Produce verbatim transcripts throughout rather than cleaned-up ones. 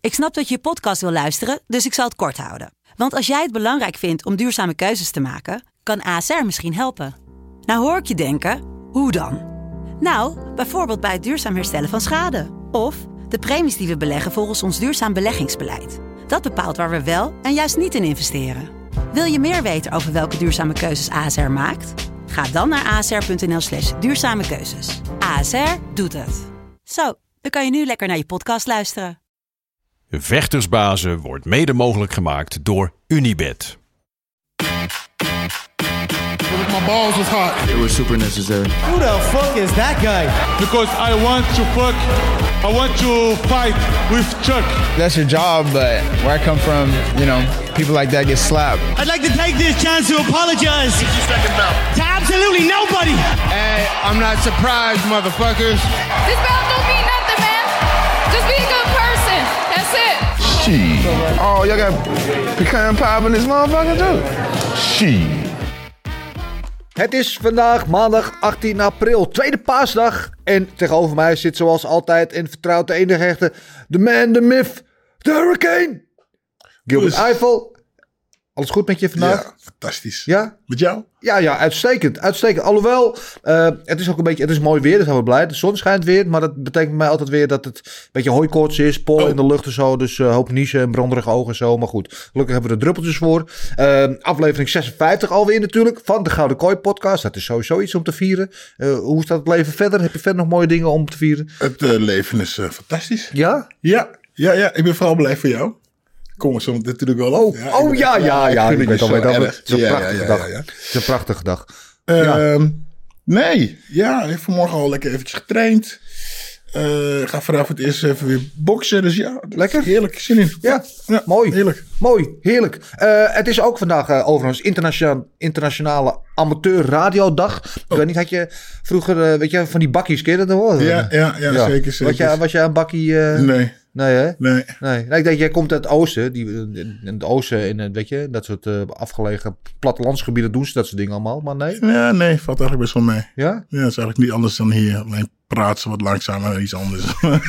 Ik snap dat je je podcast wil luisteren, dus ik zal het kort houden. Want als jij het belangrijk vindt om duurzame keuzes te maken, kan A S R misschien helpen. Nou hoor ik je denken, hoe dan? Nou, bijvoorbeeld bij het duurzaam herstellen van schade. Of de premies die we beleggen volgens ons duurzaam beleggingsbeleid. Dat bepaalt waar we wel en juist niet in investeren. Wil je meer weten over welke duurzame keuzes A S R maakt? Ga dan naar asr.nl slash duurzame keuzes. A S R doet het. Zo, dan kan je nu lekker naar je podcast luisteren. Vechtersbazen wordt mede mogelijk gemaakt door Unibet. My balls was hot. It was super necessary. Who the fuck is that guy? Because I want to fuck, I want to fight with Chuck. That's your job, but where I come from, you know, people like that get slapped. I'd like to take this chance to apologize to absolutely nobody. Hey, I'm not surprised, motherfuckers. This belt don't mean nothing, man. Just be a good person. That's it. Shit. Oh, y'all got pecan pie in this motherfucker too? Shit. Het is vandaag maandag achttien april, tweede paasdag. En tegenover mij zit zoals altijd en vertrouwt de enige echte, de man, de myth, de hurricane. Gilbert Eiffel. Alles goed met je vandaag? Ja, fantastisch. Ja? Met jou? Ja, ja, uitstekend. Uitstekend. Alhoewel, uh, het is ook een beetje, het is mooi weer, daar zijn we blij. De zon schijnt weer, maar dat betekent bij mij altijd weer dat het een beetje hooikoorts is. Pollen oh. in de lucht en zo, dus uh, hoop niezen en branderige ogen en zo. Maar goed, gelukkig hebben we er druppeltjes voor. Uh, aflevering zesenvijftig alweer natuurlijk, van de Gouden Kooi podcast. Dat is sowieso iets om te vieren. Uh, hoe staat het leven verder? Heb je verder nog mooie dingen om te vieren? Het uh, leven is uh, fantastisch. Ja? Ja, ja, ja. Ik ben vooral blij voor jou. Kom zo natuurlijk wel op. Oh ja, oh, ja, ja, ja. Ik weet alweer dat het is een ja, prachtige ja, ja, dag. ja, ja. Het is een prachtige dag. Uh, ja. Nee, ja, ik heb vanmorgen al lekker eventjes getraind. Uh, ik ga vanavond eerst even weer boksen. Dus ja, lekker. Heerlijk, zin in. Ja, ja, mooi. Heerlijk. Mooi, heerlijk. Uh, het is ook vandaag uh, overigens internationale, internationale amateur radiodag. Oh. Ik weet niet, had je vroeger, uh, weet je, van die bakkies, ken je dat hoor? Ja, ja, ja, ja. zeker, zeker. Was jij, was jij een bakkie? Uh... Nee. Nee, hè? Nee. nee. Nou, ik denk, jij komt uit het oosten. Die, in het oosten, in, weet je, dat soort uh, afgelegen plattelandsgebieden doen ze dat soort dingen allemaal. Maar nee? Ja, nee, valt eigenlijk best wel mee. Ja? Ja, het is eigenlijk niet anders dan hier. Alleen praat ze wat langzamer en iets anders.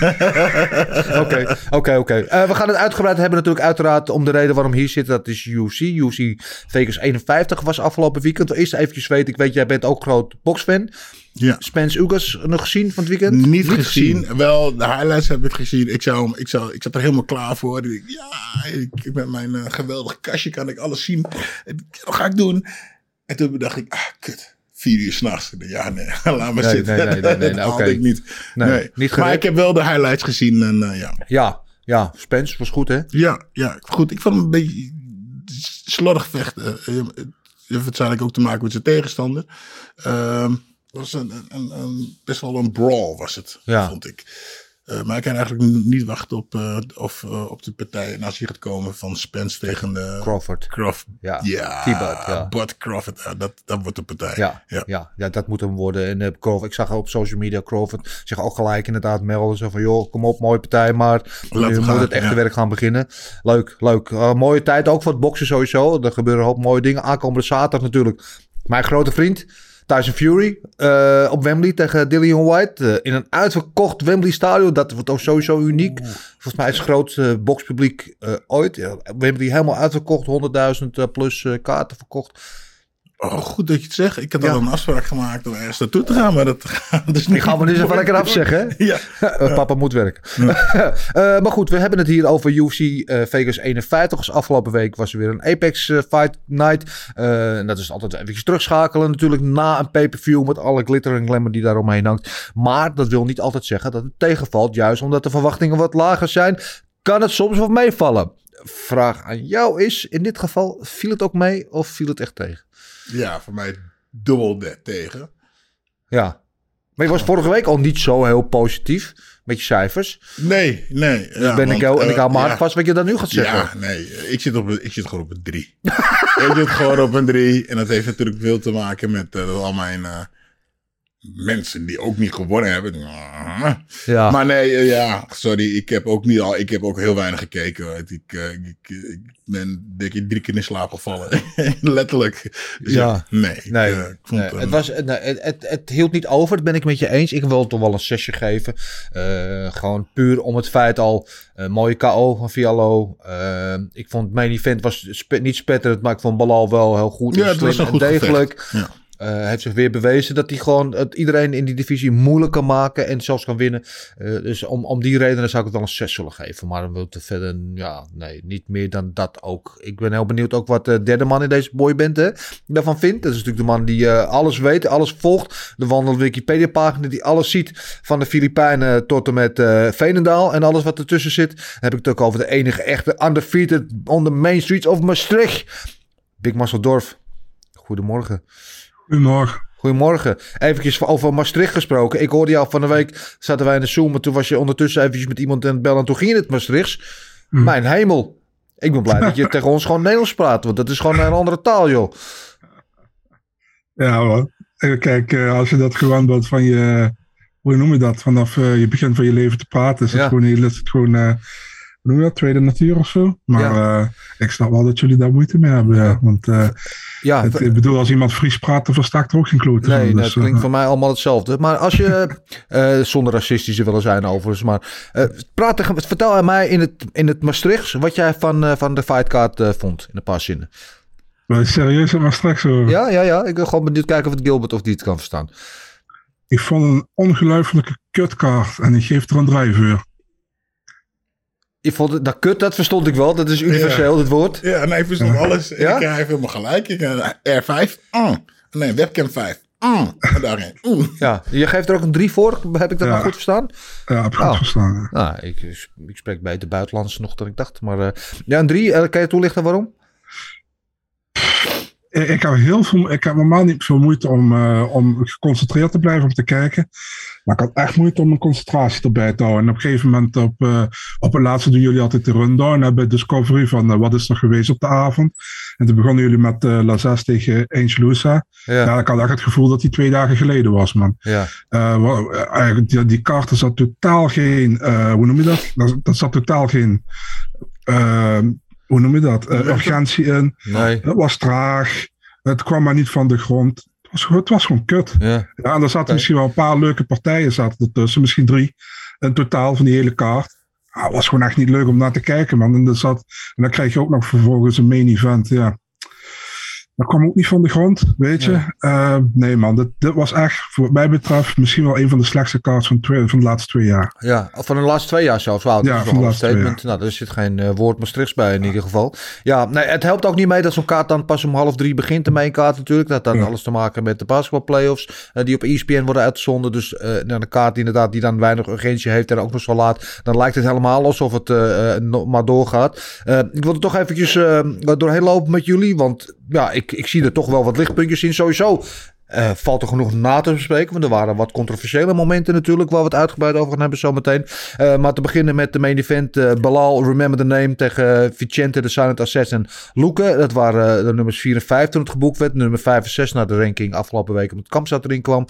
Oké, oké, oké. We gaan het uitgebreid hebben natuurlijk uiteraard om de reden waarom hier zit. Dat is U F C. U F C Vegas eenenvijftig was afgelopen weekend. Eerst eventjes weten, ik weet, jij bent ook groot boksfan. Ja. Spence Ugas nog gezien van het weekend? Niet, Niet gezien. gezien. Wel, de highlights heb ik gezien. Ik, zou, ik, zou, ik zat er helemaal klaar voor. Ik, ja, ik, met mijn uh, geweldige kastje kan ik alles zien. Wat ga ik doen? En toen dacht ik, ah, kut. Vier uur s'nachts. Ja, nee, laat maar nee, zitten. Nee, nee, nee, nee, nee, dat okay. ik niet. Nee, nee. niet maar ik heb wel de highlights gezien. En, uh, ja. ja, ja, Spence was goed, hè? Ja, ja, goed. Ik vond hem een beetje slordig vechten. Uh, het heeft waarschijnlijk ook te maken met zijn tegenstander. Uh, was een, een, een, best wel een brawl was het, ja. vond ik. Uh, maar ik kan eigenlijk niet wachten op, uh, of, uh, op de partij naast hier gaat komen van Spence tegen uh, Crawford. Crawford. Ja, ja, T-Bud, ja. Bud Crawford, ja, dat, dat wordt de partij. Ja, ja. ja, ja dat moet hem worden. En uh, Crawford, ik zag op social media Crawford zich ook gelijk inderdaad melden. Zo van, joh, kom op, mooie partij, maar nu moet gaan, het echte ja. werk gaan beginnen. Leuk, leuk. Uh, mooie tijd ook voor het boksen sowieso. Er gebeuren een hoop mooie dingen. Aankomende zaterdag natuurlijk. Mijn grote vriend Tyson Fury uh, op Wembley tegen Dillian White. Uh, in een uitverkocht Wembley stadion. Dat wordt ook sowieso uniek. Oeh. Volgens mij is het grootste uh, bokspubliek uh, ooit. Ja, Wembley helemaal uitverkocht. honderdduizend uh, plus uh, kaarten verkocht. Oh, goed dat je het zegt. Ik had al een afspraak gemaakt om ergens naartoe te gaan. Maar dat gaat dus niet. Die gaan we nu zo lekker afzeggen, hè? Ja. uh, papa moet werken. Ja. uh, maar goed, we hebben het hier over U F C uh, Vegas eenenvijftig. Dus afgelopen week was er weer een Apex uh, Fight Night. Uh, en dat is altijd even terugschakelen natuurlijk na een pay-per-view met alle glitter en glamour die daaromheen hangt. Maar dat wil niet altijd zeggen dat het tegenvalt. Juist omdat de verwachtingen wat lager zijn, kan het soms wat meevallen. Vraag aan jou is, in dit geval, viel het ook mee of viel het echt tegen? Ja, voor mij dubbel net tegen. Ja. Maar je was vorige week al niet zo heel positief met je cijfers. Nee, nee. Dus ja, ben want, ik, heel, en ik hou me uh, hard ja. vast wat je dan nu gaat zeggen. Ja, nee. Ik zit, op, ik zit gewoon op een drie. Ik zit gewoon op een drie. En dat heeft natuurlijk veel te maken met uh, al mijn, uh, mensen die ook niet gewonnen hebben. Ja. Maar nee, uh, ja, sorry, ik heb ook niet al, ik heb ook heel weinig gekeken. Ik, uh, ik, ik ben denk ik drie keer in slaap gevallen. Letterlijk. Dus ja. ja, nee. nee, uh, ik vond, nee. um, het, was, nee, het, het, het hield niet over, dat ben ik met je eens. Ik wil toch wel een zesje geven. Uh, gewoon puur om het feit al, uh, mooie K O van Fiallo. Uh, ik vond het main event was spe, niet spetterend, maar ik vond Belal wel heel goed. Ja, het was een goed degelijk. Ja. Hij uh, heeft zich weer bewezen dat hij gewoon het iedereen in die divisie moeilijk kan maken en zelfs kan winnen. Uh, dus om, om die redenen zou ik het wel een zes zullen geven. Maar dan wil ik verder, ja, nee, niet meer dan dat ook. Ik ben heel benieuwd ook wat de derde man in deze boyband hè, daarvan vindt. Dat is natuurlijk de man die uh, alles weet, alles volgt. De wandel Wikipedia pagina die alles ziet van de Filipijnen tot en met uh, Veenendaal en alles wat ertussen zit. Dan heb ik het ook over de enige echte undefeated on the main streets of Maastricht. Big Marcel Dorf. Goedemorgen. Goedemorgen. Goedemorgen. Eventjes over Maastricht gesproken. Ik hoorde jou van de week, zaten wij in de Zoom, maar toen was je ondertussen eventjes met iemand aan het bellen en toen ging je het Maastrichts. Mm. Mijn hemel. Ik ben blij dat je tegen ons gewoon Nederlands praat, want dat is gewoon een andere taal, joh. Ja, hoor. Kijk, als je dat gewoon bent van je, hoe noem je dat, vanaf uh, je begin van je leven te praten, is het ja. gewoon heel, is het gewoon, uh, hoe noem je dat, tweede natuur of zo. Maar ja. uh, ik snap wel dat jullie daar moeite mee hebben, ja. Want uh, ja, het, ik bedoel, als iemand Fries praat, dan versta ik er ook geen klote nee, van. Nee, dus, dat klinkt uh, voor mij allemaal hetzelfde. Maar als je, uh, zonder racistisch te willen zijn overigens, maar uh, praat tegen, vertel aan mij in het, in het Maastrichts wat jij van, uh, van de fightcard uh, vond, in een paar zinnen. Maar serieus, het Maastrichts hoor. Ja, ja, ja. Ik wil gewoon benieuwd kijken of het Gilbert of die het kan verstaan. Ik vond een ongelooflijke kutkaart en ik geef er een drijfveur. Ik vond het, dat kut, dat verstond ik wel. Dat is universeel, ja. het woord. Ja, nee, ik verstond ja. alles. Ja? Ik krijg helemaal gelijk. Ik R vijf. Mm. Nee, webcam vijf. Mm. Daarin. Mm. Ja, je geeft er ook een drie voor. Heb ik dat ja. nog goed verstaan? Ja, heb ik goed oh. verstaan. Ja. Nou, ik, ik spreek beter buitenlands nog dan ik dacht. Maar uh, ja, een drie. Uh, kan je toelichten waarom? Ik heb heel veel, ik heb normaal niet veel moeite om, uh, om geconcentreerd te blijven om te kijken. Maar ik had echt moeite om mijn concentratie erbij te houden. En op een gegeven moment, op, uh, op het laatste doen jullie altijd de rundown hè, bij Discovery van uh, wat is er geweest op de avond. En toen begonnen jullie met uh, Lazes tegen Angelusa. Ja. ja, ik had echt het gevoel dat die twee dagen geleden was, man. Ja. Uh, eigenlijk die, die kaarten zat totaal geen, uh, hoe noem je dat? Dat, dat zat totaal geen... Uh, Hoe noem je dat? Uh, urgentie in. Nee. Het was traag. Het kwam maar niet van de grond. Het was, het was gewoon kut. Ja. Ja, en er zaten okay. misschien wel een paar leuke partijen zaten ertussen. Misschien drie in totaal van die hele kaart. Ja, het was gewoon echt niet leuk om naar te kijken, man. En, zat, en dan krijg je ook nog vervolgens een main event. Ja. Dat kwam ook niet van de grond, weet je. Ja. Uh, nee man, dit, dit was echt, voor wat mij betreft, misschien wel een van de slechtste cards van, twee, van de laatste twee jaar. Ja, van de laatste twee jaar zelfs. Wow, ja, van de laatste twee jaar. Nou, er zit geen uh, woord Maastrichts bij in ieder geval. Ja, nee, het helpt ook niet mee dat zo'n kaart dan pas om half drie begint, de main kaart natuurlijk. Dat had dan ja. alles te maken met de basketbalplayoffs, uh, die op E S P N worden uitgezonden. Dus uh, nou, een kaart die inderdaad die dan weinig urgentie heeft en ook nog zo laat. Dan lijkt het helemaal alsof het uh, no, maar doorgaat. Uh, ik wil er toch eventjes uh, doorheen lopen met jullie, want ja, ik, ik zie er toch wel wat lichtpuntjes in. Sowieso uh, valt er genoeg na te bespreken, want er waren wat controversiële momenten natuurlijk, waar we het uitgebreid over gaan hebben zometeen. Uh, maar te beginnen met de main event, uh, Belal, Remember the Name, tegen Vicente, de Silent Assassin, Luque. Dat waren uh, de nummers vier en vijf toen het geboekt werd. Nummer vijf en zes naar de ranking afgelopen week omdat Kamzat erin kwam.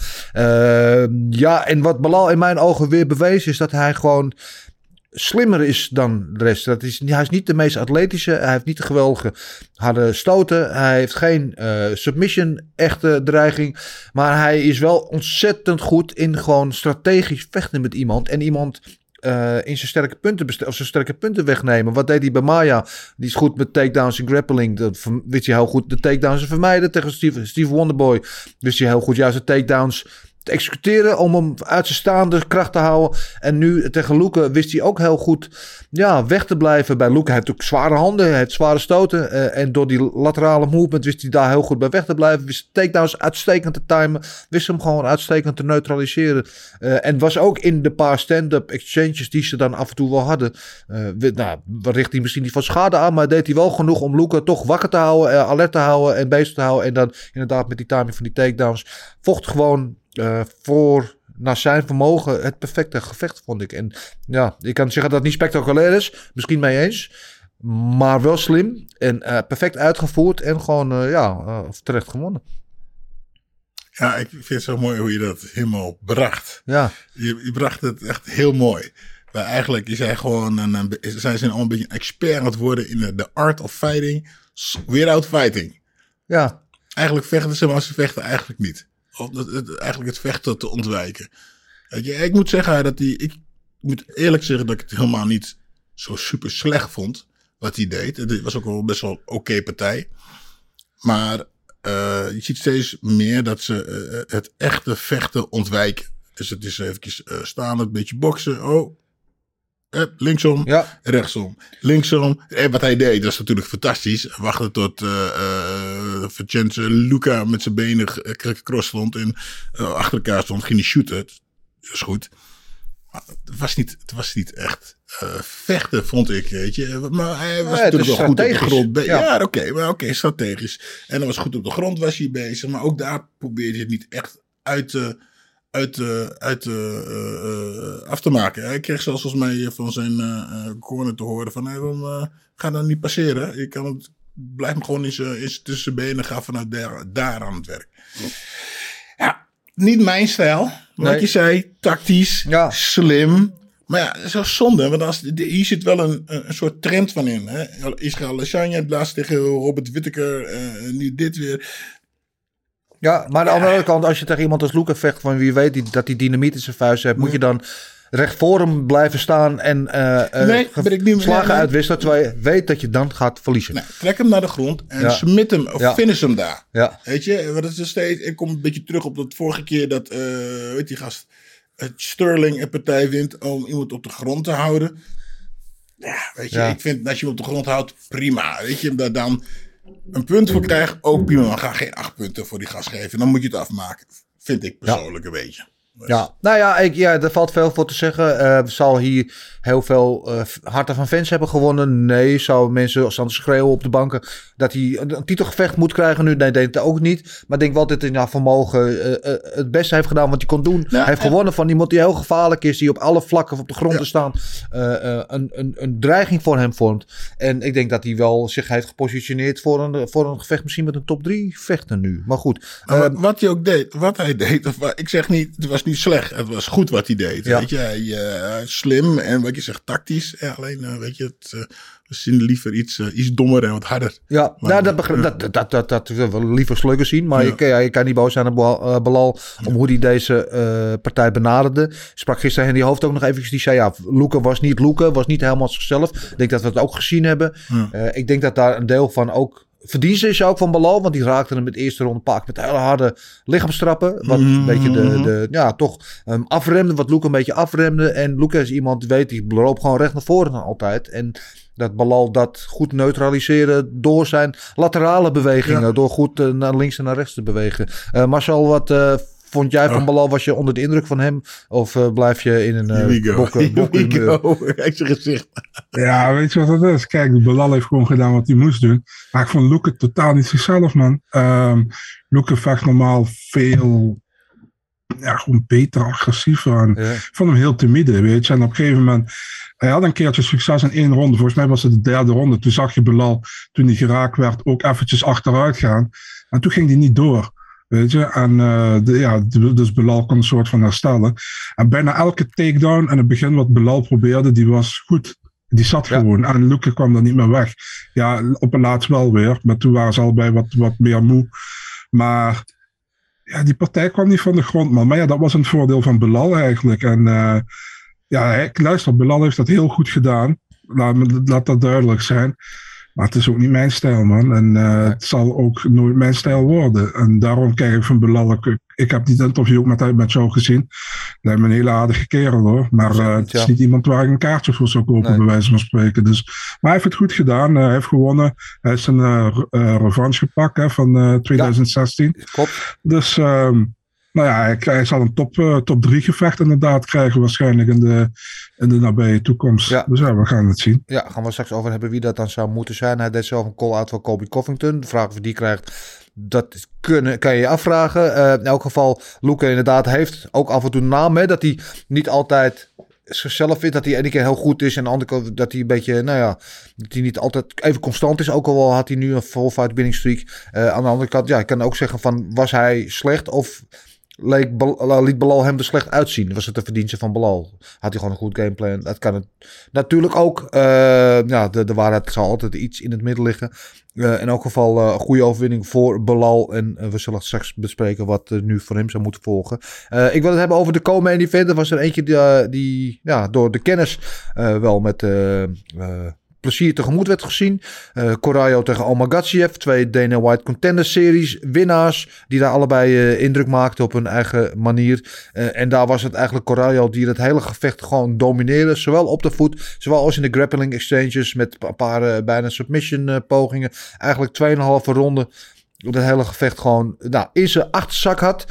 Uh, ja, en wat Belal in mijn ogen weer bewezen is dat hij gewoon slimmer is dan de rest. Dat is, hij is niet de meest atletische. Hij heeft niet de geweldige harde stoten. Hij heeft geen uh, submission echte dreiging. Maar hij is wel ontzettend goed in gewoon strategisch vechten met iemand. En iemand uh, in zijn sterke punten best- of zijn sterke punten wegnemen. Wat deed hij bij Maya? Die is goed met takedowns en grappling. Dat wist hij heel goed de takedowns te vermijden. Tegen Steve, Steve Wonderboy wist hij heel goed juist de takedowns te executeren om hem uit zijn staande kracht te houden. En nu tegen Luque wist hij ook heel goed ja, weg te blijven. Bij Luque heeft hij ook zware handen, hij heeft zware stoten. Uh, en door die laterale movement wist hij daar heel goed bij weg te blijven. Wist takedowns uitstekend te timen. Wist hem gewoon uitstekend te neutraliseren. Uh, en was ook in de paar stand-up exchanges die ze dan af en toe wel hadden. Uh, nou, richt hij misschien niet van schade aan, maar deed hij wel genoeg om Luque toch wakker te houden, uh, alert te houden en bezig te houden. En dan inderdaad met die timing van die takedowns vocht gewoon Uh, voor naar zijn vermogen het perfecte gevecht, vond ik. En ja, ik kan zeggen dat het niet spectaculair is. Misschien mee eens. Maar wel slim. En uh, perfect uitgevoerd. En gewoon, uh, ja, uh, terecht gewonnen. Ja, ik vind het zo mooi hoe je dat helemaal bracht. Ja. Je, je bracht het echt heel mooi. Maar eigenlijk is hij gewoon een, een, zij zijn al een beetje een expert aan het worden in de, de art of fighting. Without fighting. Ja. Eigenlijk vechten ze, maar ze vechten eigenlijk niet. Of het, het, eigenlijk het vechten te ontwijken. Weet je, ik moet zeggen dat hij, ik moet eerlijk zeggen dat ik het helemaal niet zo super slecht vond wat hij deed. Het was ook wel best wel oké okay partij. Maar uh, je ziet steeds meer dat ze uh, het echte vechten ontwijken. Dus het is eventjes uh, staan, een beetje boksen. Oh, eh, linksom, ja. rechtsom, linksom. En wat hij deed, dat is natuurlijk fantastisch. Wachten tot uh, uh, Vincenzo Luca met zijn benen gekrost stond en uh, achter elkaar stond, ging hij shooten. Dat is goed. Maar het was niet, het was niet echt uh, vechten, vond ik, weet je. Maar hij was ja, natuurlijk wel goed op de grond bezig. Ja, ja oké, okay, maar oké, okay, strategisch. En dan was goed op de grond was hij bezig. Maar ook daar probeerde hij het niet echt uit te, uit te, uit te, uh, uh, af te maken. Hij kreeg zelfs volgens mij van zijn uh, corner te horen van, hey, dan, uh, ga dan niet passeren. Je kan het, blijf hem gewoon in zijn, in zijn tussen zijn benen, ga vanuit daar, daar aan het werk. Ja. Niet mijn stijl. Wat nee. je zei, tactisch, ja. slim. Maar ja, zo zonde. Want als, hier zit wel een, een soort trend van in. Hè? Israël Adesanya, laatst tegen Robert Whittaker. Uh, nu dit weer. Ja, maar aan de ja. andere kant, als je tegen iemand als Luca vecht, van wie weet die, dat hij dynamiet in zijn vuist heeft, ja. moet je dan recht voor hem blijven staan en uh, nee, uh, ben ik niet, slagen nee, nee. uitwisselen, terwijl je weet dat je dan gaat verliezen. Nee, trek hem naar de grond en ja. smit hem of ja. finish hem daar. Ja. Weet je, wat is er steeds, ik kom een beetje terug op dat vorige keer dat, uh, weet die gast, uh, Sterling een partij wint om iemand op de grond te houden. Ja, weet je, ja. ik vind dat je hem op de grond houdt, prima. Weet je, daar dan een punt voor krijgt, ook prima. Maar ga geen acht punten voor die gast geven, dan moet je het afmaken. Vind ik persoonlijk ja. een beetje. Dus. Ja, nou ja, ik, ja, er valt veel voor te zeggen. Uh, zal hier heel veel uh, harten van fans hebben gewonnen? Nee. Zou mensen staan te schreeuwen op de banken dat hij een titelgevecht moet krijgen nu? Nee, denk ik ook niet. Maar ik denk wel dat hij naar vermogen uh, uh, het beste heeft gedaan wat hij kon doen. Ja, hij heeft en... gewonnen van iemand die heel gevaarlijk is, die op alle vlakken op de grond ja. staan. Uh, uh, een, een, een dreiging voor hem vormt. En ik denk dat hij wel zich heeft gepositioneerd voor een, voor een gevecht, misschien met een top drie vechter nu. Maar goed. Maar uh, wat hij ook deed, wat hij deed, of, ik zeg niet, het was niet slecht. Het was goed wat hij deed. Ja. Weet je, hij, uh, slim en wat je zegt, tactisch. Ja, alleen, uh, weet je, het, uh, we zien liever iets, uh, iets dommer en wat harder. Ja, maar, nou, dat, begrijp, uh, dat, dat, dat, dat we liever sluggen zien. Maar ja. je, ja, je kan niet boos zijn op uh, Belal om ja. hoe hij deze uh, partij benaderde. Sprak gisteren Henry Hoofd ook nog eventjes. Die zei, ja, Luca was niet Luca, was niet helemaal zichzelf. Ik denk dat we het ook gezien hebben. Ja. Uh, ik denk dat daar een deel van ook verdienste is ook van Belal, want die raakte hem met de eerste ronde pak met hele harde lichaamstrappen. Wat mm-hmm. een beetje de, de ja, toch um, afremde, wat Luca een beetje afremde. En Luca is iemand die weet, die loopt gewoon recht naar voren altijd. En dat Belal dat goed neutraliseren door zijn laterale bewegingen, ja. door goed uh, naar links en naar rechts te bewegen. Uh, Marcel, wat uh, vond jij van oh. Belal? Was je onder de indruk van hem? Of uh, blijf je in een uh, bokken? bokken Kijk zijn gezicht. Ja, weet je wat dat is? Kijk, Belal heeft gewoon gedaan wat hij moest doen. Maar ik vond Luca totaal niet zichzelf, man. Um, Luca vecht normaal veel, ja, gewoon beter, agressiever. En ja. Ik vond hem heel timide, weet je. En op een gegeven moment, hij had een keertje succes in één ronde. Volgens mij was het de derde ronde. Toen zag je Belal, toen hij geraakt werd, ook eventjes achteruit gaan. En toen ging hij niet door. Weet je, en uh, de, ja, dus Belal kon een soort van herstellen. En bijna elke takedown in het begin wat Belal probeerde, die was goed. Die zat ja. gewoon. En Luca kwam er niet meer weg. Ja, op het laatst wel weer. Maar toen waren ze allebei wat, wat meer moe. Maar ja, die partij kwam niet van de grond, man. Maar ja, dat was een voordeel van Belal eigenlijk. En uh, ja, luister, Belal heeft dat heel goed gedaan. Laat, laat dat duidelijk zijn. Maar het is ook niet mijn stijl, man. En uh, nee. het zal ook nooit mijn stijl worden. En daarom kijk ik van Belal. Ik, ik heb dit interview ook met, met jou gezien. Lijkt me een hele aardige kerel, hoor. Maar uh, het is ja. niet iemand waar ik een kaartje voor zou kopen, nee. bij wijze van spreken. Dus, maar hij heeft het goed gedaan. Uh, hij heeft gewonnen. Hij heeft zijn uh, uh, revanche gepakt hè, van uh, twintig zestien. Ja, klopt. Dus... Um, Nou ja, hij, hij zal een top, uh, top drie gevecht inderdaad krijgen waarschijnlijk in de, in de nabije toekomst. Ja. Dus ja, we gaan het zien. Ja, gaan we straks over hebben wie dat dan zou moeten zijn. Hij deed zelf een call-out van Colby Covington. De vraag of hij die krijgt, dat is kunnen, kan je je afvragen. Uh, in elk geval, Luca inderdaad heeft ook af en toe naam, hè, dat hij niet altijd zichzelf vindt dat hij ene keer heel goed is. En de andere keer dat hij een beetje, nou ja, dat hij niet altijd even constant is. Ook al had hij nu een full fight winning streak. Uh, aan de andere kant, ja, ik kan ook zeggen van, was hij slecht of leek, liet Belal hem er slecht uitzien? Was het de verdienste van Belal? Had hij gewoon een goed gameplan? Dat kan het natuurlijk ook. Uh, ja, de, de waarheid zal altijd iets in het midden liggen. Uh, in elk geval uh, een goede overwinning voor Belal. En uh, we zullen straks bespreken wat uh, nu voor hem zou moeten volgen. Uh, ik wil het hebben over de co-main event. Er was er eentje die, uh, die ja, door de kennis uh, wel met uh, uh, plezier tegemoet werd gezien. Uh, Corallo tegen Omagatsiev. Twee Dana White Contender Series winnaars. Die daar allebei uh, indruk maakten op hun eigen manier. Uh, en daar was het eigenlijk Corallo die het hele gevecht gewoon domineerde. Zowel op de voet, zowel als in de grappling exchanges. Met een paar uh, bijna submission uh, pogingen. Eigenlijk tweeënhalve ronde. Dat hele gevecht gewoon nou, in zijn achterzak had.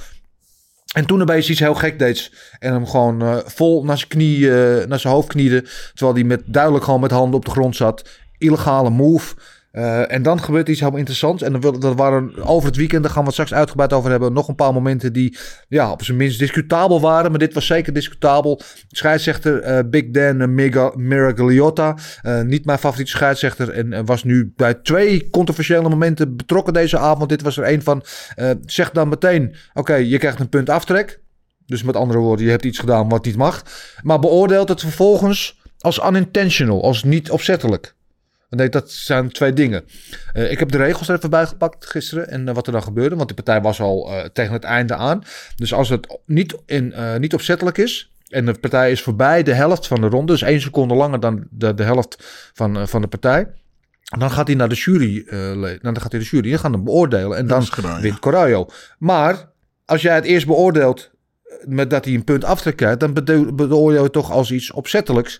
En toen opeens iets heel gek deed. En hem gewoon uh, vol naar zijn knie, uh, naar zijn hoofd kniede. Terwijl hij met, duidelijk gewoon met handen op de grond zat. Illegale move. Uh, en dan gebeurt iets heel interessants. En dan wil, dat waren over het weekend, daar gaan we het straks uitgebreid over hebben. Nog een paar momenten die ja, op zijn minst discutabel waren. Maar dit was zeker discutabel. Scheidsrechter uh, Big Dan Miragliotta. Uh, niet mijn favoriete scheidsrechter. En uh, was nu bij twee controversiële momenten betrokken deze avond. Dit was er een van. Uh, zeg dan meteen, oké, okay, je krijgt een punt aftrek. Dus met andere woorden, je hebt iets gedaan wat niet mag. Maar beoordeelt het vervolgens als unintentional. Als niet opzettelijk. Nee, dat zijn twee dingen. Uh, ik heb de regels er even bij gepakt gisteren en uh, wat er dan gebeurde. Want de partij was al uh, tegen het einde aan. Dus als het niet, in, uh, niet opzettelijk is en de partij is voorbij de helft van de ronde. Dus één seconde langer dan de, de helft van, uh, van de partij. Dan gaat hij naar de jury. Uh, dan gaat hij de jury. Die gaan hem beoordelen. En dan gedaan, wint ja. Corallo. Maar als jij het eerst beoordeelt met dat hij een punt aftrek krijgt. Dan beoordeel je het toch als iets opzettelijks.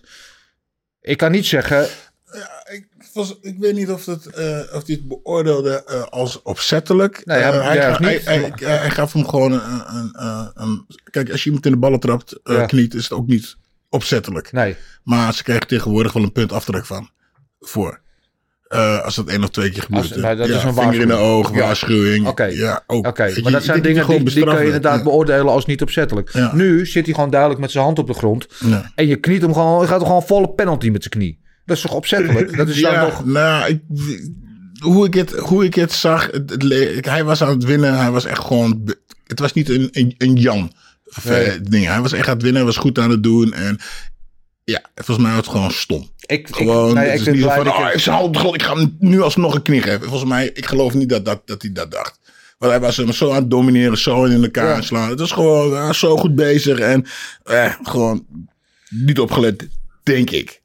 Ik kan niet zeggen... Ja, ik, was, ik weet niet of, het, uh, of hij het beoordeelde uh, als opzettelijk. Nee, hij, uh, hij, ja, ga, hij, hij, hij, hij gaf hem gewoon een, een, een, een... Kijk, als je iemand in de ballen trapt, uh, ja. kniet, is het ook niet opzettelijk. Nee. Maar ze krijgen tegenwoordig wel een punt aftrek van. Voor. Uh, als dat één of twee keer gebeurt. Als, nou, dat ja, is een vinger in de oog, ja. waarschuwing. Oké, okay. ja, okay. maar dat zijn dingen die, die kan je inderdaad ja. beoordelen als niet opzettelijk. Ja. Nu zit hij gewoon duidelijk met zijn hand op de grond. Ja. En je kniet hem gewoon, je gaat hem gewoon volle penalty met zijn knie. Dat is toch opzettelijk? Dat is ja, dan nog... nou, ik, hoe, ik het, hoe ik het zag, het, het, hij was aan het winnen. Hij was echt gewoon... Het was niet een, een, een Jan nee. ding. Hij was echt aan het winnen. Hij was goed aan het doen. En ja, volgens mij was het gewoon stom. Ik, gewoon, ik, nee, het ik is niet van, ik oh, ik, zal, ik ga hem nu alsnog een knie geven. Volgens mij, ik geloof niet dat, dat, dat hij dat dacht. Want hij was hem zo aan het domineren, zo in elkaar ja. slaan. Het was gewoon uh, zo goed bezig. En uh, gewoon niet opgelet, denk ik.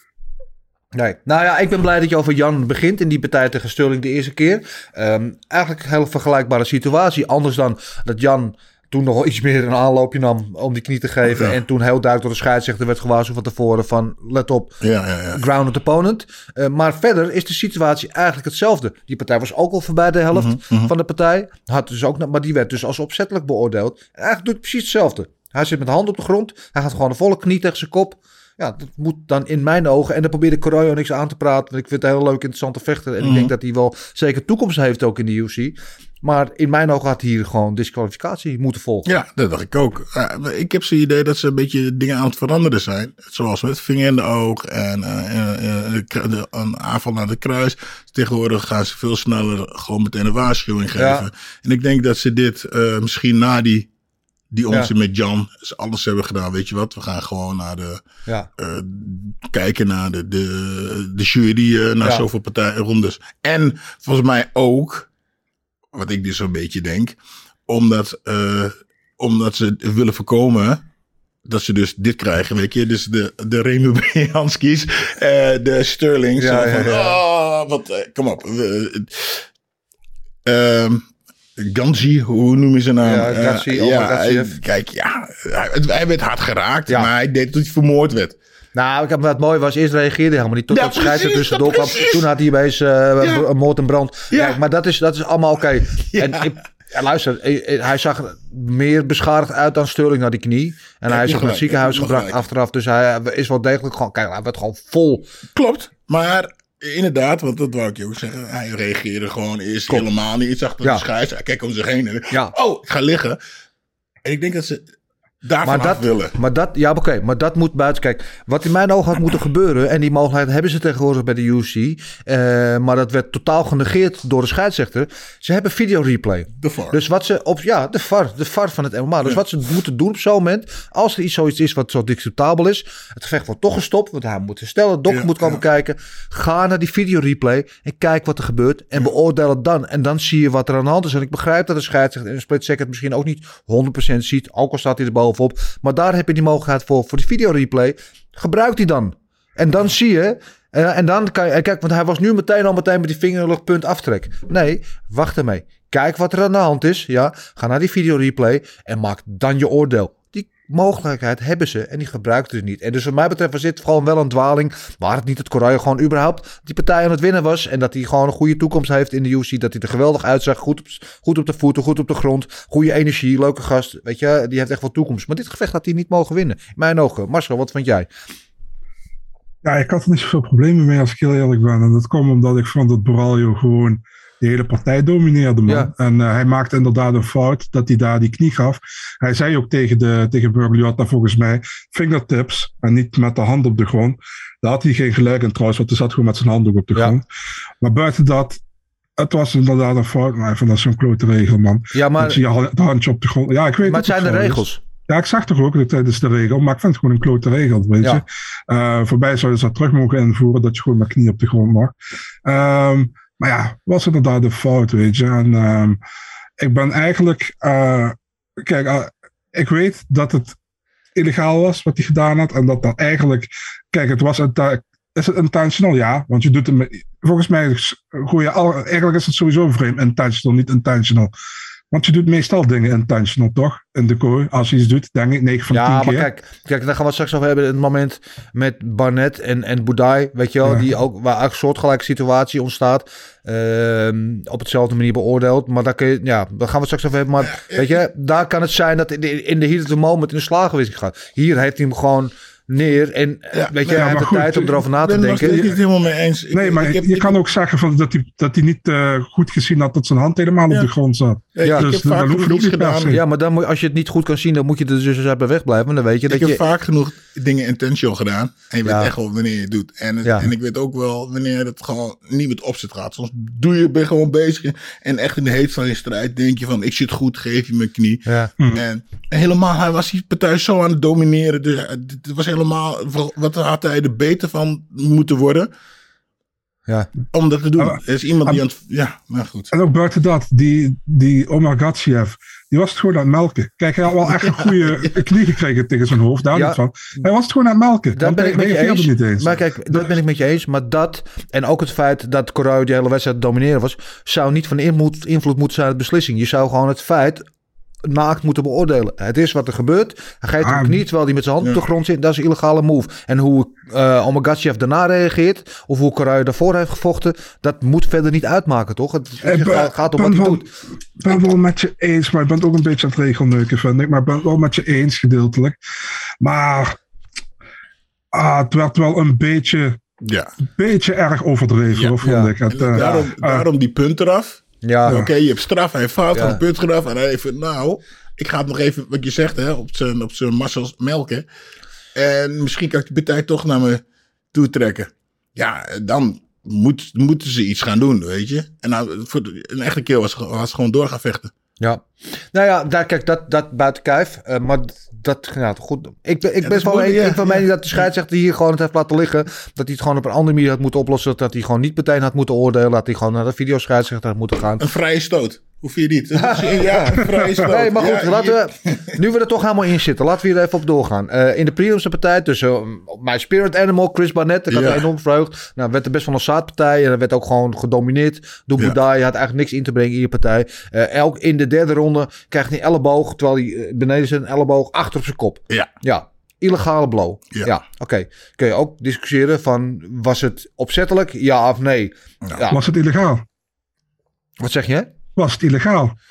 Nee. Nou ja, ik ben blij dat je over Jan begint in die partij tegen Sterling de eerste keer. Um, eigenlijk een heel vergelijkbare situatie. Anders dan dat Jan toen nog wel iets meer een aanloopje nam om die knie te geven. Ja. En toen heel duidelijk door de scheidsrechter werd gewaarschuwd van tevoren van let op, ja, ja, ja. grounded opponent. Uh, maar verder is de situatie eigenlijk hetzelfde. Die partij was ook al voorbij de helft mm-hmm, mm-hmm. van de partij. Had dus ook, maar die werd dus als opzettelijk beoordeeld. En eigenlijk doet het precies hetzelfde. Hij zit met de hand op de grond. Hij gaat gewoon een volle knie tegen zijn kop. Ja, dat moet dan in mijn ogen. En dan probeerde Corallo niks aan te praten. Want ik vind het een heel leuk, interessante vechter. En mm. ik denk dat hij wel zeker toekomst heeft ook in de U F C. Maar in mijn ogen had hij hier gewoon disqualificatie moeten volgen. Ja, dat dacht ik ook. Uh, ik heb zo'n idee dat ze een beetje dingen aan het veranderen zijn. Zoals met vinger in de oog en uh, uh, uh, een aanval naar de kruis. Tegenwoordig gaan ze veel sneller gewoon meteen een waarschuwing geven. Ja. En ik denk dat ze dit uh, misschien na die... Die ons ja. met Jan alles hebben gedaan. Weet je wat? We gaan gewoon naar de... Ja. Uh, kijken naar de, de, de jury. Uh, naar ja. zoveel partijrondes. En volgens mij ook... Wat ik dus zo'n beetje denk. Omdat, uh, omdat ze willen voorkomen... Dat ze dus dit krijgen, weet je. Dus de, de Remu Janskis. Uh, de Sterlings. Ja, ja, van, ja. Oh, wat... Uh, kom op. Ehm... Uh, uh, Ganzi, hoe noem je zijn naam? Ja, Ganzi, uh, ja, hij, kijk, ja, hij, hij werd hard geraakt, ja. maar hij deed dat hij vermoord werd. Nou, ik heb, wat mooi was, eerst reageerde hij helemaal niet tot ja, dat scheidsrechter tussendoor kwam. Toen had hij opeens uh, ja. moord en brand. Ja. Kijk, maar dat is, dat is allemaal oké. Okay. Ja. En ik, ja, luister, hij zag meer beschadigd uit dan Sterling naar die knie. En ja, hij is naar het ziekenhuis gebracht gelijk. achteraf. Dus hij is wel degelijk gewoon, kijk, hij werd gewoon vol. Klopt, maar... Inderdaad, want dat wou ik je ook zeggen. Hij reageerde gewoon eerst Kom. helemaal niet. Ik zag dat ja. de scheids. Hij keek om zich heen. En, ja. Oh, ik ga liggen. En ik denk dat ze daarvan maar dat, af willen. Maar dat, ja, oké, okay, maar dat moet buiten... Kijk, wat in mijn ogen had moeten gebeuren... en die mogelijkheid hebben ze tegenwoordig bij de U F C... Uh, maar dat werd totaal genegeerd door de scheidsrechter. Ze hebben videoreplay. De V A R. Dus wat ze op... Ja, de V A R. De V A R van het M M A. Dus ja. wat ze moeten doen op zo'n moment... als er iets zoiets is wat zo discutabel is... het gevecht wordt toch gestopt... want hij moet herstellen, de dokter ja, moet komen ja. kijken... ga naar die videoreplay... en kijk wat er gebeurt... en ja. beoordeel het dan. En dan zie je wat er aan de hand is. En ik begrijp dat de scheidsrechter... in een split second misschien ook niet honderd procent ziet... ook al staat hij er bovenop... maar daar heb je die mogelijkheid voor... voor de videoreplay. Gebruik die dan. En dan zie je... Uh, en dan kan je... Kijk, want hij was nu meteen al meteen... met die vinger in de lucht punt aftrek. Nee, wacht ermee. Kijk wat er aan de hand is. Ja, ga naar die videoreplay... en maak dan je oordeel. Die mogelijkheid hebben ze... en die gebruiken ze niet. En dus wat mij betreft was dit gewoon wel een dwaling... waar het niet het Correia gewoon überhaupt... die partij aan het winnen was... en dat hij gewoon een goede toekomst heeft in de U F C... dat hij er geweldig uitzag... goed op, goed op de voeten, goed op de grond... goede energie, leuke gast... weet je, die heeft echt wel toekomst. Maar dit gevecht had hij niet mogen winnen. In mijn ogen. Marcel, wat vond jij? Ja, ik had er niet zoveel problemen mee als ik heel eerlijk ben. En dat kwam omdat ik vond dat Borralho gewoon de hele partij domineerde, man. Ja. En uh, hij maakte inderdaad een fout dat hij daar die knie gaf. Hij zei ook tegen, de, tegen Bergliotta volgens mij, fingertips en niet met de hand op de grond. Daar had hij geen gelijk in trouwens, want hij zat gewoon met zijn handdoek op de ja. grond. Maar buiten dat, het was inderdaad een fout. Maar ik vond dat zo'n klote regel, man. Ja, maar... Dan zie je het handje op de grond. Ja, ik weet maar het zijn de regels. Is. Ja, ik zag toch ook dat het is de regel, maar ik vind het gewoon een klote regel, weet ja. je. Uh, voorbij zouden ze dat terug mogen invoeren, dat je gewoon met knie op de grond mag. Um, maar ja, was inderdaad een fout, weet je. En um, ik ben eigenlijk, uh, kijk, uh, ik weet dat het illegaal was wat hij gedaan had. En dat dat eigenlijk, kijk, het was een, is het intentional? Ja, want je doet het met, volgens mij, gooi je al, eigenlijk is het sowieso vreemd, intentional, niet intentional. Want je doet meestal dingen intentional, toch? In de kooi. Als je iets doet, denk ik negen van ja, tien keer. Ja, maar kijk, kijk, daar gaan we het straks over hebben. Het moment met Barnett en, en Buday, weet je wel. Ja. Die ook, waar een soortgelijke situatie ontstaat. Uh, op hetzelfde manier beoordeeld. Maar daar kun je, ja, daar gaan we het straks over hebben. Maar ja, weet je, daar kan het zijn dat in de, in de heat of the moment in de slagenwisseling gaat. Hier heeft hij hem gewoon neer. En ja, weet je, ja, hij heeft de tijd om erover na te ben denken. Ik ben het niet helemaal mee eens. Nee, ik, maar ik heb, je ik, kan ook zeggen van dat hij dat hij niet uh, goed gezien had dat zijn hand helemaal ja. op de grond zat. Ja, ja, dus ik heb vaak genoeg gedaan. Ja, maar dan moet, als je het niet goed kan zien, dan moet je er dus uit bij weg blijven. Dan weet je ik dat heb je... vaak genoeg dingen intentional gedaan. En je weet ja. echt wel wanneer je het doet. En, het, ja. en ik weet ook wel wanneer het gewoon niet met opzet gaat. Soms doe je, ben je gewoon bezig. En echt in de heet van je strijd denk je van, ik zit goed, geef je mijn knie. Ja. En, en helemaal, hij was die partij zo aan het domineren. Dus het was helemaal, wat had hij er beter van moeten worden. Ja. Om dat te doen. Maar, er is iemand die aan het... Ja, maar goed. En ook buiten dat, die, die Omar Gatsiev, die was het gewoon aan het melken. Kijk, hij had wel echt een goede ja. knie gekregen tegen zijn hoofd, daar ja. niet van. Hij was het gewoon aan het melken. Dat ben ik met je eens. Niet eens. Maar kijk, dat ben ik met je eens. Maar dat, en ook het feit dat Correia die hele wedstrijd domineren was, zou niet van invloed, invloed moeten zijn op de beslissing. Je zou gewoon het feit naakt moeten beoordelen. Het is wat er gebeurt. Hij geeft hem knie terwijl hij met zijn hand ja. op de grond zit. Dat is een illegale move. En hoe uh, Omagatsiev daarna reageert, of hoe Correia daarvoor heeft gevochten, dat moet verder niet uitmaken, toch? Het hey, gaat, gaat om wat hij doet. Ik ben wel met je eens, maar ik ben ook een beetje aan het regelneuken, vind ik. Maar ik ben wel met je eens, gedeeltelijk. Maar ah, het werd wel een beetje, ja. een beetje erg overdreven, ja. vond ja. ik. Het, uh, daarom, uh, daarom die punt eraf. Ja. Oké, okay, je hebt straf, hij heeft fout, ja. van een punt gedaan. En hij even, nou, ik ga het nog even, wat je zegt, hè, op zijn, op zijn massels melken. En misschien kan ik die partij toch naar me toe trekken. Ja, dan moet, moeten ze iets gaan doen, weet je. En nou, voor de, een echte keer was, was gewoon door gaan vechten. Ja, nou ja, daar, kijk, dat, dat buiten kijf. Uh, maar dat, nou, goed. Ik, ik ja, ben van mening, ja. mening dat de scheidsrechter hier gewoon het heeft laten liggen. Dat hij het gewoon op een andere manier had moeten oplossen. Dat hij gewoon niet meteen had moeten oordelen. Dat hij gewoon naar de videoscheidsrechter had moeten gaan. Een vrije stoot. Hoe vind je niet? Ja, een vrije stoot. Nee, maar goed, ja, laten we, nu we er toch helemaal in zitten, laten we hier even op doorgaan. Uh, in de prelims partij tussen uh, My Spirit Animal, Chris Barnett, ik had ja. me enorm verheugd. Nou, werd er best wel een zaadpartij en er werd ook gewoon gedomineerd door Buday. Ja. Hij had eigenlijk niks in te brengen in je partij. Uh, elk in de derde ronde krijgt hij een elleboog, terwijl hij uh, beneden zijn elleboog achter op zijn kop. Ja. Ja. Illegale blow. Ja, ja oké. Okay. Kun je ook discussiëren van, was het opzettelijk, ja of nee? Ja. Ja. Was het illegaal? Wat zeg je? Was het illegaal?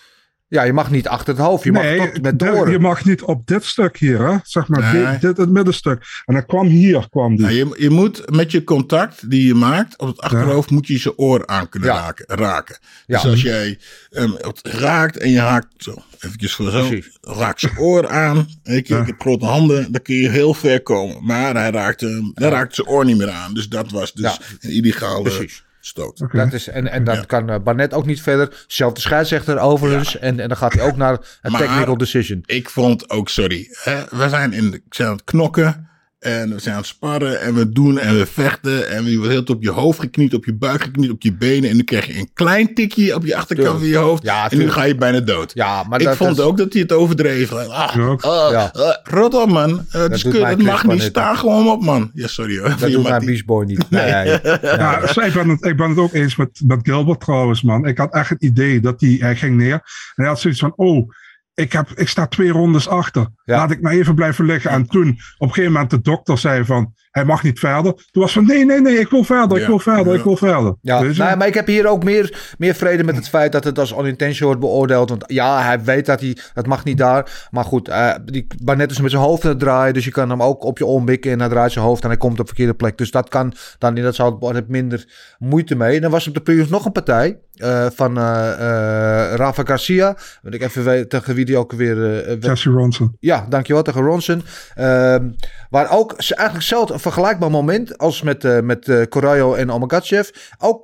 Ja, je mag niet achter het hoofd. Je nee, mag tot met de de, oren. je mag niet op dit stuk hier, hè? Zeg maar, Nee. dit, dit het middenstuk. En dan kwam hier, kwam die. Ja, je, je moet met je contact die je maakt op het achterhoofd, moet je zijn oor aan kunnen Ja. raken. raken. Ja. Dus als jij um, het raakt en je haakt zo, eventjes voor zo, Precies. raakt zijn oor aan. Ik, Ja. ik heb grote handen, dan kun je heel ver komen. Maar hij raakt, um, hij raakt zijn oor niet meer aan. Dus dat was dus Ja. een illegale Precies. stoot. Oké. Dat is, en en dan Ja. kan uh, Barnett ook niet verder. Zelfde scheidsrechter overigens. En, en dan gaat hij ook naar een Maar- technical decision. Ik vond ook, sorry, hè, we zijn, in de, zijn aan het knokken en we zijn aan het sparren en we doen en we vechten en je wordt heel op je hoofd gekniet, op je buik gekniet, op je benen en nu krijg je een klein tikje op je achterkant Tuurlijk. van je hoofd Ja, en nu tuurlijk. ga je bijna dood. Ja, maar ik dat vond is- ook dat hij het overdreef. Ah, Ja, ook. ah, Ja. ah, rot op man, uh, het, is doet kut, mij het mag Chris niet, Barnett sta gewoon op man. Ja, sorry hoor. Dat Van je doet mijn Mattie. Beach Boy niet. Nee, nee. Ja, dus ik, ben het, ik ben het ook eens met, met Gilbert trouwens, man. Ik had echt het idee dat hij, hij ging neer. En hij had zoiets van, oh, ik, heb, ik sta twee rondes achter. Ja. Laat ik maar even blijven liggen. En toen, op een gegeven moment, de dokter zei van, hij mag niet verder. Toen was van, nee, nee, nee, ik wil verder, ik Ja. wil verder, Ja. ik wil verder. Ja, Weet je? nee, maar ik heb hier ook meer, meer vrede met het feit dat het als unintentional wordt beoordeeld. Want ja, hij weet dat hij, dat mag niet daar. Maar goed, uh, die Barnett is met zijn hoofd aan het draaien. Dus je kan hem ook op je ombikken en hij draait zijn hoofd en hij komt op de verkeerde plek. Dus dat kan dan in dat zou het minder moeite mee. En dan was op de previews nog een partij uh, van uh, uh, Rafa Garcia. Wil ik even weten tegen wie die ook weer... Uh, Jesse Ronson. Ja, dankjewel, tegen Ronson. Um, waar ook ze eigenlijk zelf een vergelijkbaar moment als met, uh, met uh, Corrao en Omagachev ook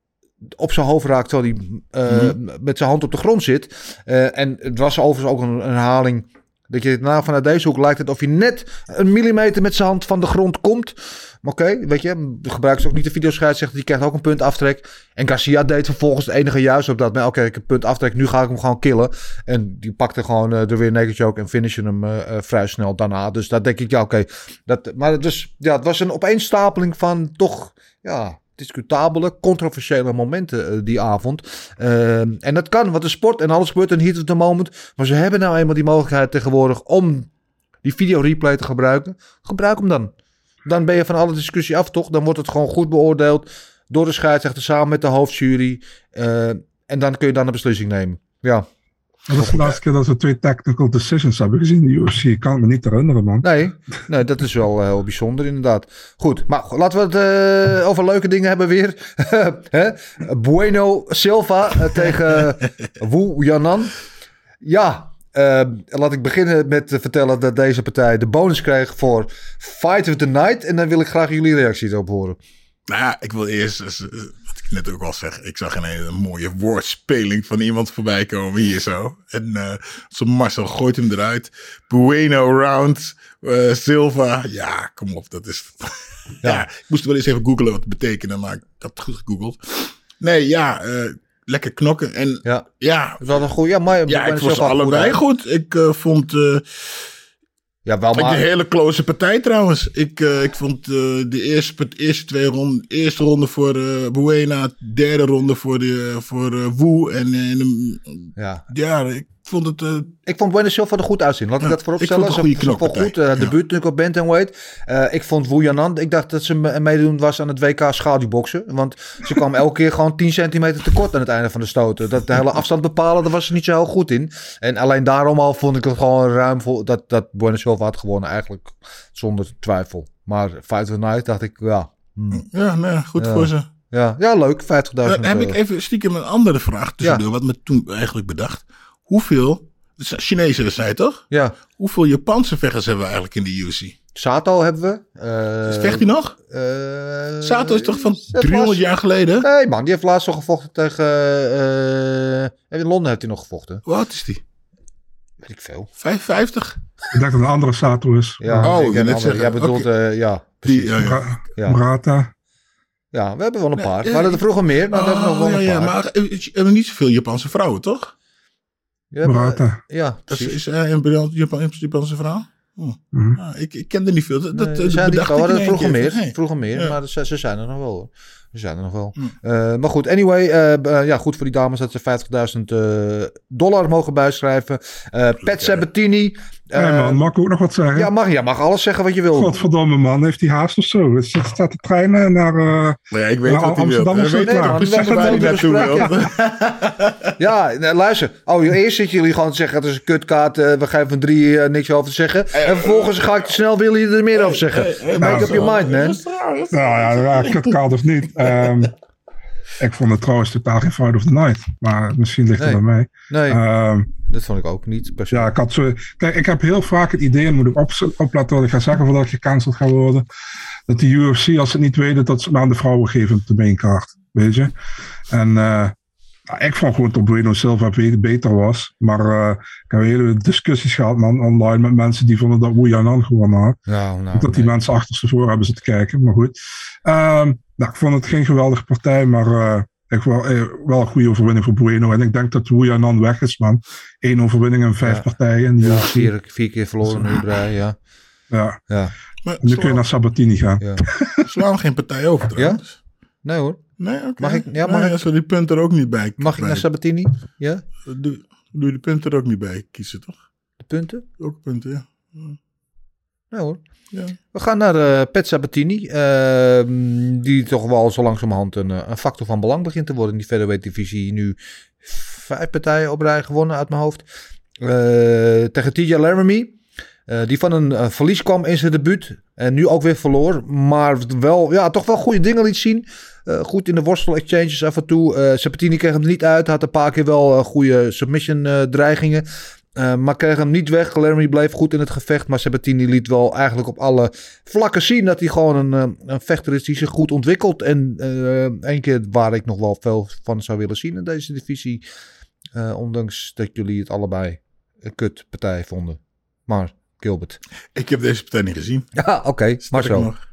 op zijn hoofd raakt terwijl hij uh, mm-hmm. met zijn hand op de grond zit. Uh, en het was overigens ook een, een herhaling dat je nou vanuit deze hoek lijkt het of hij net een millimeter met zijn hand van de grond komt. Maar oké, okay, weet je, gebruikt ze ook niet de videoscheidsrechter, die krijgt ook een punt aftrek. En Garcia deed vervolgens het enige juist op dat. Maar oké, okay, ik heb een punt aftrek, nu ga ik hem gewoon killen. En die pakte gewoon uh, de weer naked choke en finishen hem uh, uh, vrij snel daarna. Dus dat denk ik, ja oké. Okay. Maar dus, ja, het was een opeenstapeling van toch, ja... discutabele, controversiële momenten uh, die avond. Uh, en dat kan, want de sport en alles gebeurt in heat of the moment. Maar ze hebben nou eenmaal die mogelijkheid tegenwoordig om die video replay te gebruiken. Gebruik hem dan. Dan ben je van alle discussie af, toch? Dan wordt het gewoon goed beoordeeld door de scheidsrechter samen met de hoofdjury. Uh, en dan kun je dan een beslissing nemen. Ja. Dat is de laatste keer dat we twee technical decisions hebben gezien in de U F C. Ik kan me niet herinneren, man. Nee, nee dat is wel heel bijzonder inderdaad. Goed, maar laten we het uh, over leuke dingen hebben weer. Hè? Bueno Silva uh, tegen Wu Yanan. Ja, uh, laat ik beginnen met te vertellen dat deze partij de bonus kreeg voor Fight of the Night. En dan wil ik graag jullie reactie erop horen. Nou ja, ik wil eerst, wat ik net ook al zeg, ik zag een hele mooie woordspeling van iemand voorbij komen hier zo. En uh, zo Marcel gooit hem eruit. Bueno round, uh, Silva. Ja, kom op, dat is... ja. ja, ik moest wel eens even googlen wat het betekende, maar ik had het goed gegoogeld. Nee, ja, uh, lekker knokken. En ja, ja het was een goede... Ja, maar, ja ik was allebei goed. goed. Ik uh, vond... Uh, Ja, wel maar... Een hele close partij trouwens. Ik, uh, ik vond uh, de eerste, eerste twee ronden, eerste ronde voor uh, Buena, derde ronde voor, de, voor uh, Wu. En, en uh, ja. ja, ik vond het... Uh, ik vond Bueno Silva er goed uitzien. Laat ik ja, dat voorop stellen. Ik vond het een goede knokpartij. Goed, uh, ja. debuut natuurlijk op bantamweight. Uh, ik vond Wu Yanan, ik dacht dat ze meedoen was aan het W K schaduwboksen. Want ze kwam elke keer gewoon tien centimeter tekort aan het einde van de stoten. Dat de hele afstand bepalen, daar was ze niet zo heel goed in. En alleen daarom al vond ik het gewoon ruim voor dat, dat Bueno Silva had gewonnen. Eigenlijk zonder twijfel. Maar Fight of the Night dacht ik, ja. Hmm. Ja, nee, goed ja. voor ze. Ja, ja leuk. vijftigduizend. Dan heb ik even stiekem een andere vraag tussendoor. Ja. Wat me toen eigenlijk bedacht. Hoeveel... Het is een Chinese wedstrijd, toch? Ja. Hoeveel Japanse vechters hebben we eigenlijk in de U F C? Sato hebben we. Uh, vecht hij nog? Uh, Sato is toch van driehonderd was... jaar geleden? Nee man, die heeft laatst nog gevochten tegen... Uh, in Londen heeft hij nog gevochten. Hoe oud is die? Weet ik veel. vijfenvijftig? Ik denk dat een andere Sato is. Ja, oh, ik net zeggen. Jij bedoelt, okay. uh, ja, precies. Die, ja, ja. ja. Murata. Ja, we hebben wel een paar. Nee, we hadden er vroeger meer, maar oh, we hebben nog wel ja, een paar. Ja, maar we hebben niet zoveel Japanse vrouwen, toch? Ja, Murata. Ja, precies. Is hij een briljant Japan, Japanse vrouw? Oh. Mm-hmm. ah, ik, ik kende niet veel. Dat, nee, dat zijn die, we hadden vroeger meer, hey. vroeger meer ja. maar ze, ze zijn er nog wel. We zijn er nog wel. Mm. Uh, maar goed, anyway. Uh, uh, ja, goed voor die dames dat ze vijftigduizend uh, dollar mogen bijschrijven. Uh, Pat Sabatini. Uh, hey man, mag ik ook nog wat zeggen? Ja, mag, ja, mag alles zeggen wat je wil. Godverdomme man, heeft hij haast of zo? Dus het staat de trein naar, uh, ja, ik weet naar wat Amsterdam of zo klaar. Precies waar hij naartoe wil. Ja, nou, luister. Oh, eerst zitten jullie gewoon te zeggen, het is een kutkaart, uh, we geven van drie uh, niks over te zeggen. Hey, en vervolgens ga ik te snel, willen jullie er meer hey, over zeggen. Hey, hey, Make up your mind, man. Nou ja, ja kutkaart of niet. Um, ik vond het trouwens totaal geen Fight of the Night. Maar misschien ligt het nee. bij mij. Nee, um, dat vond ik ook niet. Ja, ik had zo... Kijk, ik heb heel vaak het idee, en moet ik op, opletten wat ik ga zeggen voordat ik gecanceld ga worden, dat de U F C, als ze het niet weten, dat ze het aan de vrouwen geven op de maincard. Weet je? En uh, nou, ik vond gewoon dat Bueno Silva beter was. Maar uh, ik heb hele discussies gehad, man, online met mensen die vonden dat Wu Yanan gewonnen had. Nou, nou, dat die nee. mensen achterstevoren hebben zitten kijken. Maar goed. Um, nou, ik vond het geen geweldige partij, maar uh, ik wel, eh, wel een goede overwinning voor Bueno. En ik denk dat Wu Yanan weg is, man. Eén overwinning en vijf ja. partijen. Ja, vier, vier keer verloren nu bij, ja. Ja. ja. Maar nu kun je naar Sabatini gaan. Ja. Slaan we geen partij over trouwens? Ja? Nee hoor. Nee, oké. Okay. Mag ik, ja, mag nee, ik, als we die punten er ook niet bij Mag bij. ik naar Sabatini? Ja? Doe, doe je de punten er ook niet bij kiezen, toch? De punten? Ook punten, ja. ja. Nee hoor. Ja. We gaan naar uh, Pat Sabatini. Uh, die toch wel zo langzamerhand een, een factor van belang begint te worden in die featherweight divisie. Nu vijf partijen op rij gewonnen uit mijn hoofd. Uh, tegen T J Laramie. Uh, die van een uh, verlies kwam in zijn debuut. En nu ook weer verloor. Maar wel, ja, toch wel goede dingen liet zien. Uh, goed in de worstel-exchanges af en toe. Uh, Sabatini kreeg hem niet uit. Had een paar keer wel uh, goede submission-dreigingen. Uh, uh, maar kreeg hem niet weg. Laramie bleef goed in het gevecht. Maar Sabatini liet wel eigenlijk op alle vlakken zien dat hij gewoon een, een vechter is die zich goed ontwikkelt. En uh, één keer waar ik nog wel veel van zou willen zien in deze divisie. Uh, ondanks dat jullie het allebei een kutpartij vonden. Maar Gilbert. Ik heb deze partij niet gezien. Ja, oké. Okay, maar zo. Nog.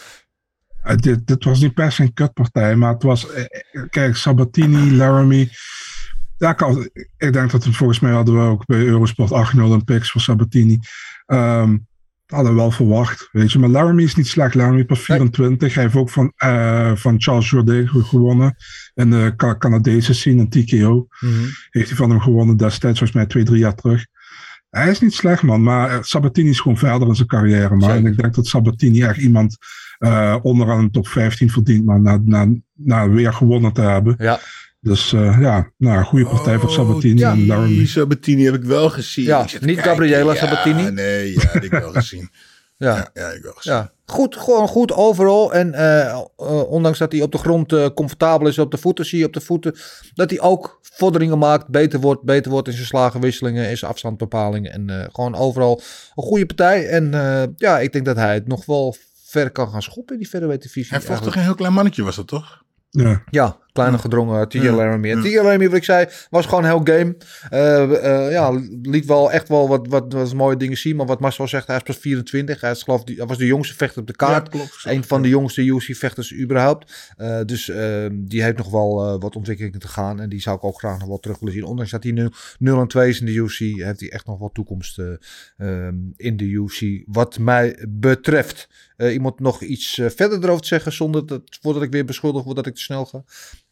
Uh, dit, dit was niet per se een kutpartij, maar het was... Uh, kijk, Sabatini, Laramie... Ja, kan, ik denk dat we volgens mij hadden we ook bij Eurosport acht nul een picks voor Sabatini. Um, hadden we wel verwacht, weet je. Maar Laramie is niet slecht. Laramie per vierentwintig. Nee. Hij heeft ook van, uh, van Charles Jourdain gewonnen. In de Canadese scene, een T K O. Mm-hmm. Heeft hij van hem gewonnen destijds, volgens mij twee, drie jaar terug. Hij is niet slecht, man. Maar Sabatini is gewoon verder in zijn carrière, man. En ik denk dat Sabatini echt iemand uh, onderaan de top vijftien verdient, man. Na, na, na weer gewonnen te hebben. Ja. Dus uh, ja, nou, een goede partij oh, voor Sabatini ja, en Laramie. Sabatini heb ik wel gezien. Ja, niet Gabriela Sabatini. Ja, nee, ja, die heb ik wel gezien. ja. Ja, ja, ik wel gezien. Ja. Goed, gewoon goed overal. En uh, uh, ondanks dat hij op de grond uh, comfortabel is op de voeten, zie je op de voeten dat hij ook vorderingen maakt, beter wordt, beter wordt in zijn slagenwisselingen, in zijn afstandsbepalingen. En uh, gewoon overal een goede partij. En uh, ja, ik denk dat hij het nog wel ver kan gaan schoppen in die featherweight divisie. Hij vocht toch een heel klein mannetje, was dat toch? Ja. Ja, kleine gedrongen T J Laramie. En T J Laramie, wat ik zei, was gewoon heel game. Uh, uh, ja, liet wel echt wel wat, wat, wat mooie dingen zien. Maar wat Marcel zegt, hij is pas vierentwintig. Hij, is, geloof, hij was de jongste vechter op de kaart. Ja, klopt, een van de jongste U F C-vechters überhaupt. Uh, dus uh, die heeft nog wel uh, wat ontwikkelingen te gaan. En die zou ik ook graag nog wel terug willen zien. Ondanks dat hij nu nul en twee is in de U F C, heeft hij echt nog wel toekomst uh, um, in de U F C. Wat mij betreft. Uh, iemand nog iets uh, verder erover te zeggen, zonder dat, voordat ik weer beschuldigd word dat ik te snel ga?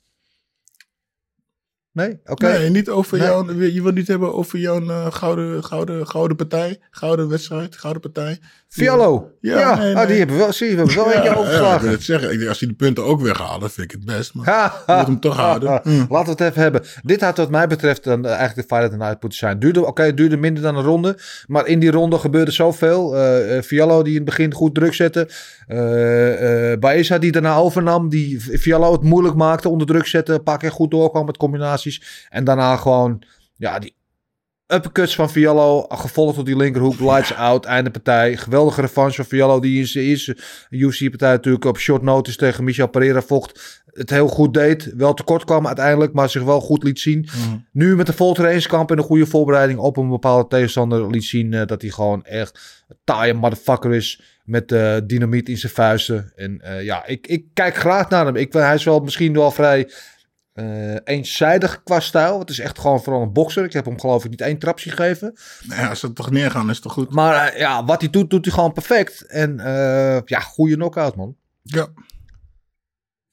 Nee? Oké. Okay. Nee, niet over nee. jouw... Je wil niet hebben over jouw uh, gouden, gouden, gouden partij. Gouden wedstrijd, gouden partij. Fiallo. Ja, ja. Nee, nee. Oh, die hebben we wel, zie je, we hebben wel ja, eentje overgeslagen. Ja, ik wil het zeggen. Ik denk, als hij de punten ook weghalen, vind ik het best. Maar ha, ha, moet hem toch ha, houden. Ha. Mm. Laten we het even hebben. Dit had wat mij betreft dan uh, eigenlijk de Fight of the Night moeten zijn. Duurde, Oké, okay, het duurde minder dan een ronde. Maar in die ronde gebeurde zoveel. Uh, uh, Fiallo die in het begin goed druk zette. Uh, uh, Baeza die daarna overnam. Die Fiallo het moeilijk maakte, onder druk zette. Een paar keer goed doorkwam met combinaties. En daarna gewoon, ja, die uppercuts van Fiallo, gevolgd door die linkerhoek, lights out, einde partij. Geweldige revanche van Fiallo, die in zijn eerste U F C-partij natuurlijk op short notice tegen Michel Pereira vocht. Het heel goed deed, wel tekort kwam uiteindelijk, maar zich wel goed liet zien. Mm. Nu met de vol trainingskamp en een goede voorbereiding op een bepaalde tegenstander liet zien uh, dat hij gewoon echt een taaie motherfucker is. Met uh, dynamiet in zijn vuisten. En uh, ja, ik, ik kijk graag naar hem. Ik, hij is wel misschien wel vrij... Uh, eenzijdig qua stijl. Het is echt gewoon vooral een bokser. Ik heb hem geloof ik niet één trapje gegeven. Nou ja, als ze toch neergaan is het toch goed. Maar uh, ja, wat hij doet, doet hij gewoon perfect. En uh, ja, goede knockout man. Ja.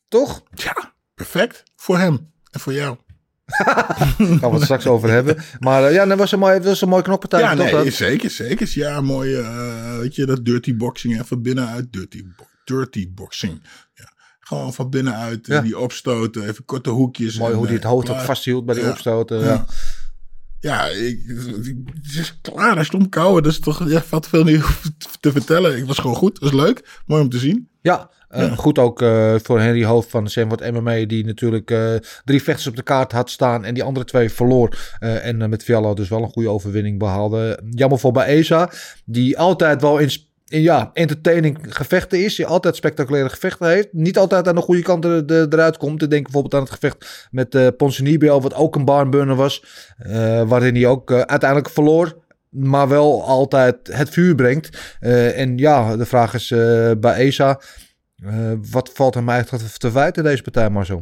Toch? Ja, perfect. Voor hem en voor jou. Gaan we het straks over hebben. Maar uh, ja, dat was een mooie, was een mooie knokpartij. Ja, nee, dat? zeker, zeker. Ja, mooi, uh, weet je, dat dirty boxing even binnenuit. Dirty, dirty boxing. Ja. Gewoon van binnenuit, ja. Die opstoten, even korte hoekjes. Mooi en, hoe hij het hoofd klaar. ook vasthield bij die ja. opstoten. Ja, ja. ja ik, het is klaar, hij is omkouwen. Dat is toch, ja, valt veel niet te vertellen. Het was gewoon goed, het was leuk. Mooi om te zien. Ja. Uh, ja. Goed ook uh, voor Henry Hooft van Zandvoort M M A, die natuurlijk uh, drie vechters op de kaart had staan en die andere twee verloor. Uh, en uh, met Fiallo dus wel een goede overwinning behaalde. Jammer voor Baeza, die altijd wel in, in ja, entertaining gevechten is. Die altijd spectaculaire gevechten heeft. Niet altijd aan de goede kant er, de, eruit komt. Ik denk bijvoorbeeld aan het gevecht met uh, Ponzinibbio, wat ook een barnburner was. Uh, waarin hij ook uh, uiteindelijk verloor. Maar wel altijd het vuur brengt. Uh, en ja, de vraag is uh, Baeza... Uh, wat valt hem eigenlijk te verwijten deze partij, Marcel?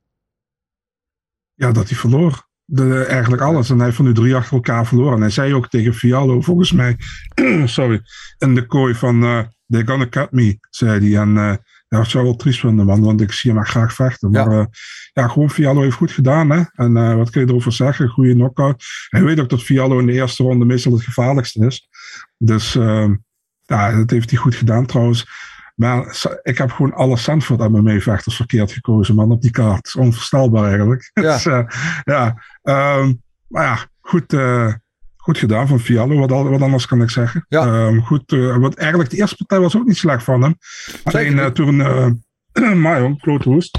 Ja, dat hij verloor. De, eigenlijk alles. En hij heeft van nu drie achter elkaar verloren. En hij zei ook tegen Fiallo, volgens mij, sorry, in de kooi van, uh, they're gonna cut me, zei hij. En uh, ja, dat zou wel triest vinden, man, want ik zie hem echt graag vechten. Maar ja, uh, ja gewoon Fiallo heeft goed gedaan, hè. En uh, wat kun je erover zeggen? Goede knockout. Hij weet ook dat Fiallo in de eerste ronde meestal het gevaarlijkste is. Dus uh, ja, dat heeft hij goed gedaan trouwens. Maar ik heb gewoon alle Zandvoort M M A-vechters verkeerd gekozen, man, op die kaart. Dat is onvoorstelbaar eigenlijk. Ja. dus, uh, ja. Um, maar ja, goed, uh, goed gedaan van Fiallo. Wat, wat anders kan ik zeggen. Ja. Um, goed, uh, wat eigenlijk de eerste partij was ook niet slecht van hem. Alleen uh, toen, uh, maar joh, klote hoest.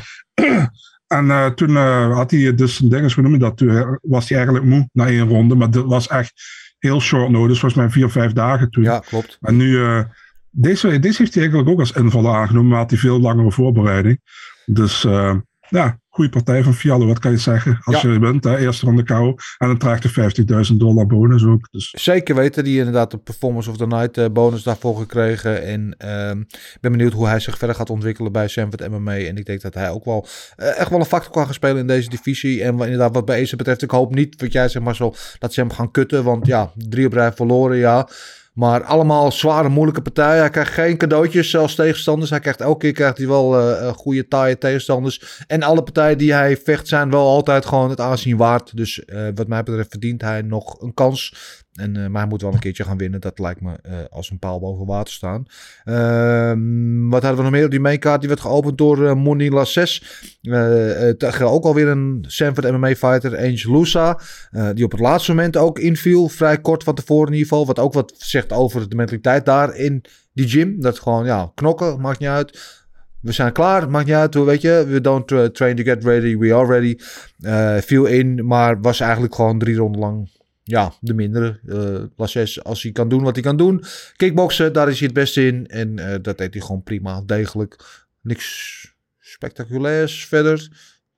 En uh, toen uh, had hij dus een ding, hoe noem je dat? Toen was hij eigenlijk moe na één ronde. Maar dat was echt heel short notice, volgens mij vier, vijf dagen toen. Ja, klopt. En nu... Uh, Deze, deze heeft hij eigenlijk ook als invaller aangenomen, maar had hij veel langere voorbereiding. Dus uh, ja, goede partij van Fiallo, wat kan je zeggen? Als ja. je bent, hè, eerste ronde K O. En dan krijgt hij vijftigduizend dollar bonus ook. Dus. Zeker weten, die inderdaad de Performance of the Night uh, bonus daarvoor gekregen. En uh, ik ben benieuwd hoe hij zich verder gaat ontwikkelen bij Zandvoort M M A. En ik denk dat hij ook wel uh, echt wel een factor kan gaan spelen in deze divisie. En inderdaad wat bij Baeza betreft, ik hoop niet, wat jij zegt Marcel, dat ze hem gaan kutten. Want ja, drie op rij verloren, ja. Maar allemaal zware, moeilijke partijen. Hij krijgt geen cadeautjes als tegenstanders. Hij krijgt elke keer krijgt hij wel uh, goede, taaie tegenstanders. En alle partijen die hij vecht zijn wel altijd gewoon het aanzien waard. Dus uh, wat mij betreft verdient hij nog een kans. En, uh, maar hij moet wel een keertje gaan winnen. Dat lijkt me uh, als een paal boven water staan. Uh, wat hadden we nog meer op die mainkaart? Die werd geopend door uh, Moni Lasses. Uh, uh, ook alweer een Zandvoort M M A-fighter, Angel Lusa. Uh, die op het laatste moment ook inviel. Vrij kort van tevoren in ieder geval. Wat ook wat zegt over de mentaliteit daar in die gym. Dat gewoon, ja, knokken, maakt niet uit. We zijn klaar, maakt niet uit, weet je. We don't uh, train to get ready, we are ready. Uh, viel in, maar was eigenlijk gewoon drie ronden lang... Ja, de mindere. Uh, Lasses, als hij kan doen wat hij kan doen. Kickboksen, daar is hij het beste in. En uh, dat deed hij gewoon prima, degelijk. Niks spectaculairs verder.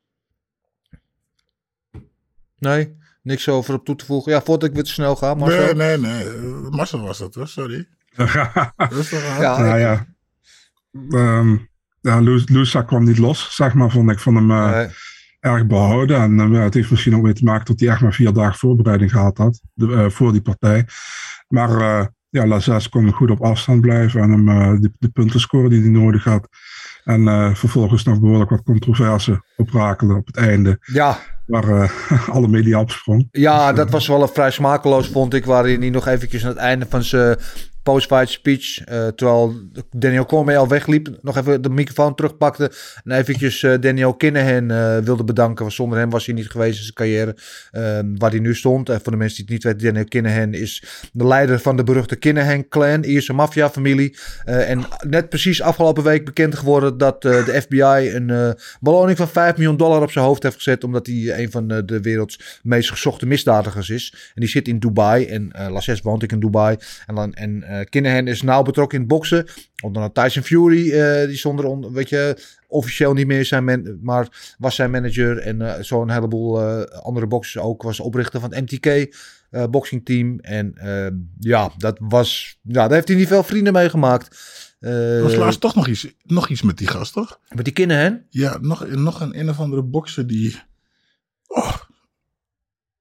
Nee, niks over op toe te voegen. Ja, voordat ik weer te snel ga. Marcel. Nee, nee, nee. Uh, Marcel was dat hoor, sorry. Rustig aan. Ja, nou, ja. Um, ja, Lusa kwam niet los, zeg maar, vond ik van hem... Uh, nee. Erg behouden. En uh, het heeft misschien ook mee te maken dat hij echt maar vier dagen voorbereiding gehad had. De, uh, voor die partij. Maar uh, ja, Lasses kon goed op afstand blijven. En hem uh, de, de punten scoren die hij nodig had. En uh, vervolgens nog behoorlijk wat controverse oprakelen op het einde. Ja. Waar uh, alle media opsprong. Ja, dus, uh, dat was wel een vrij smakeloos, vond ik. Waarin hij nog eventjes aan het einde van zijn post-fight speech, uh, terwijl Daniel Cormier al wegliep, nog even de microfoon terugpakte en eventjes uh, Daniel Kinahan uh, wilde bedanken. Want zonder hem was hij niet geweest in zijn carrière uh, waar hij nu stond. En voor de mensen die het niet weten, Daniel Kinahan is de leider van de beruchte Kinahan-clan, Ierse maffia-familie. Uh, en net precies afgelopen week bekend geworden dat uh, de F B I een uh, beloning van vijf miljoen dollar op zijn hoofd heeft gezet, omdat hij een van uh, de werelds meest gezochte misdadigers is. En die zit in Dubai en uh, Lasses woont ik in Dubai. En, dan, en uh, Kinahan is nauw betrokken in het boksen. Onder een Tyson Fury, uh, die zonder, on, weet je, officieel niet meer zijn, man, maar was zijn manager. En uh, zo'n heleboel uh, andere boxers ook. Was oprichter van het M T K uh, boxing team. En uh, ja, dat was, ja, daar heeft hij niet veel vrienden mee gemaakt. Uh, er was laatst toch nog iets, nog iets met die gast, toch? Met die Kinahan? Ja, nog, nog een een of andere bokser die... Oh.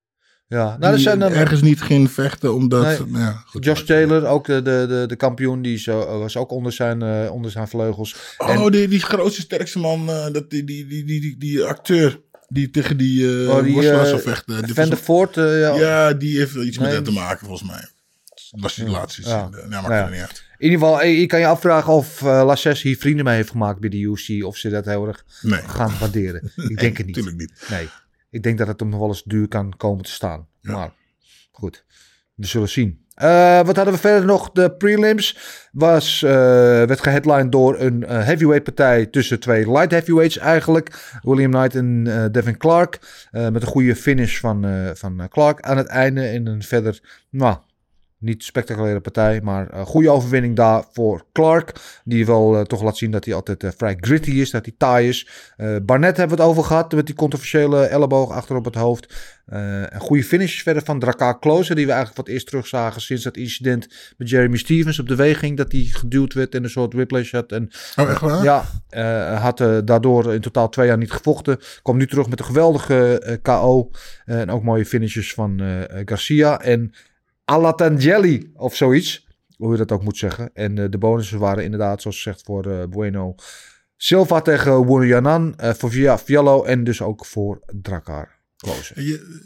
Ja, nou, er zijn dan ergens niet ging vechten omdat... Nee. Nou ja, goed, Josh Taylor, ook de, de, de kampioen, die zo, was ook onder zijn, uh, onder zijn vleugels. Oh, en, die, die grootste, sterkste man, uh, dat, die, die, die, die, die, die acteur die tegen die, uh, oh, die worstelaar uh, zou vechten. Van der Voort. Uh, ja. ja, die heeft iets nee. met dat te maken volgens mij. Dat was die laatste. Ja. Ja, maakt ja. er niet uit. In ieder geval, je kan je afvragen of uh, Laces hier vrienden mee heeft gemaakt bij de U F C. Of ze dat heel erg nee. gaan waarderen. Ik nee, denk het niet. Natuurlijk niet. Nee, ik denk dat het hem nog wel eens duur kan komen te staan. Ja. Maar goed, we zullen zien. Uh, wat hadden we verder nog? De prelims was, uh, werd geheadlined door een uh, heavyweight partij tussen twee light heavyweights eigenlijk. William Knight en uh, Devin Clark. Uh, met een goede finish van, uh, van Clark aan het einde. En een verder, nou, niet spectaculaire partij, maar een goede overwinning daar voor Clark. Die wel uh, toch laat zien dat hij altijd uh, vrij gritty is, dat hij taai is. Uh, Barnett hebben we het over gehad, met die controversiële elleboog achter op het hoofd. Uh, een goede finish verder van Drakkar Klose, die we eigenlijk voor het eerst terugzagen sinds dat incident met Jeremy Stephens op de weging, dat hij geduwd werd en een soort whiplash had. En, oh, echt waar? Uh, ja, uh, had uh, daardoor in totaal twee jaar niet gevochten. Kwam nu terug met een geweldige uh, K O. Uh, en ook mooie finishes van uh, Garcia en Alatangeli of zoiets. Hoe je dat ook moet zeggen. En uh, de bonussen waren inderdaad, zoals gezegd, voor uh, Bueno Silva tegen Wuyanan, uh, voor Via Fiallo en dus ook voor Drakkar Klose. Je,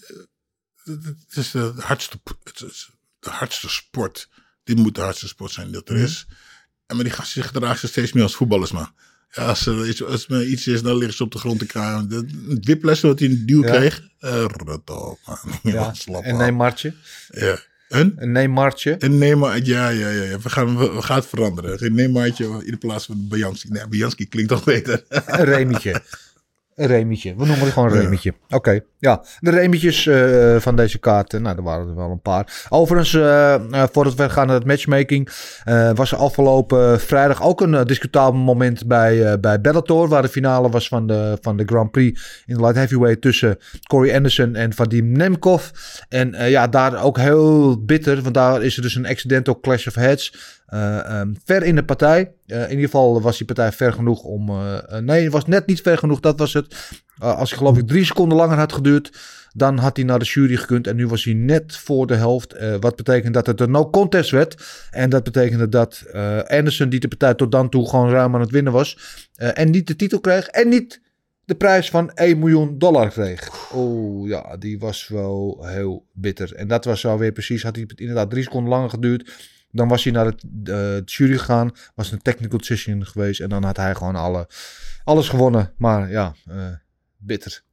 het is de hardste, het is de hardste sport. Dit moet de hardste sport zijn dat er mm. is. En maar die gasten gedragen zich steeds meer als voetballers, man. Ja, als er iets, als er iets is, dan liggen ze op de grond te kraaien. Het whiplash wat hij een duw ja. kreeg. Uh, rot man. Ja, en Neymartje. Ja. Een? Een Neymartje. Een Neymar, ja, ja, ja. We gaan, we, we gaan het veranderen. Een Neymartje in plaats van Bajanski. Nee, Bajanski klinkt toch beter. Een Remietje. Een Remietje. We noemen het gewoon een Remietje. Oké, okay. Ja. De Remietjes uh, van deze kaarten. Nou, er waren er wel een paar. Overigens, uh, uh, voordat we gaan naar het matchmaking. Uh, was er afgelopen vrijdag ook een uh, discutabel moment bij, uh, bij Bellator. Waar de finale was van de, van de Grand Prix in de light heavyweight tussen Corey Anderson en Vadim Nemkov. En uh, ja, daar ook heel bitter. Want daar is er dus een accidental clash of heads. Uh, um, ver in de partij. Uh, in ieder geval was die partij ver genoeg om... Uh, uh, nee, het was net niet ver genoeg, dat was het. Uh, als hij geloof ik drie seconden langer had geduurd, dan had hij naar de jury gekund. En nu was hij net voor de helft. Uh, wat betekent dat het een no contest werd. En dat betekende dat uh, Anderson, die de partij tot dan toe gewoon ruim aan het winnen was, uh, en niet de titel kreeg en niet de prijs van één miljoen dollar kreeg. Oh ja, die was wel heel bitter. En dat was zo weer precies, had hij inderdaad drie seconden langer geduurd, dan was hij naar het uh, jury gegaan. Was een technical decision geweest. En dan had hij gewoon alle, alles gewonnen. Maar ja, uh, bitter.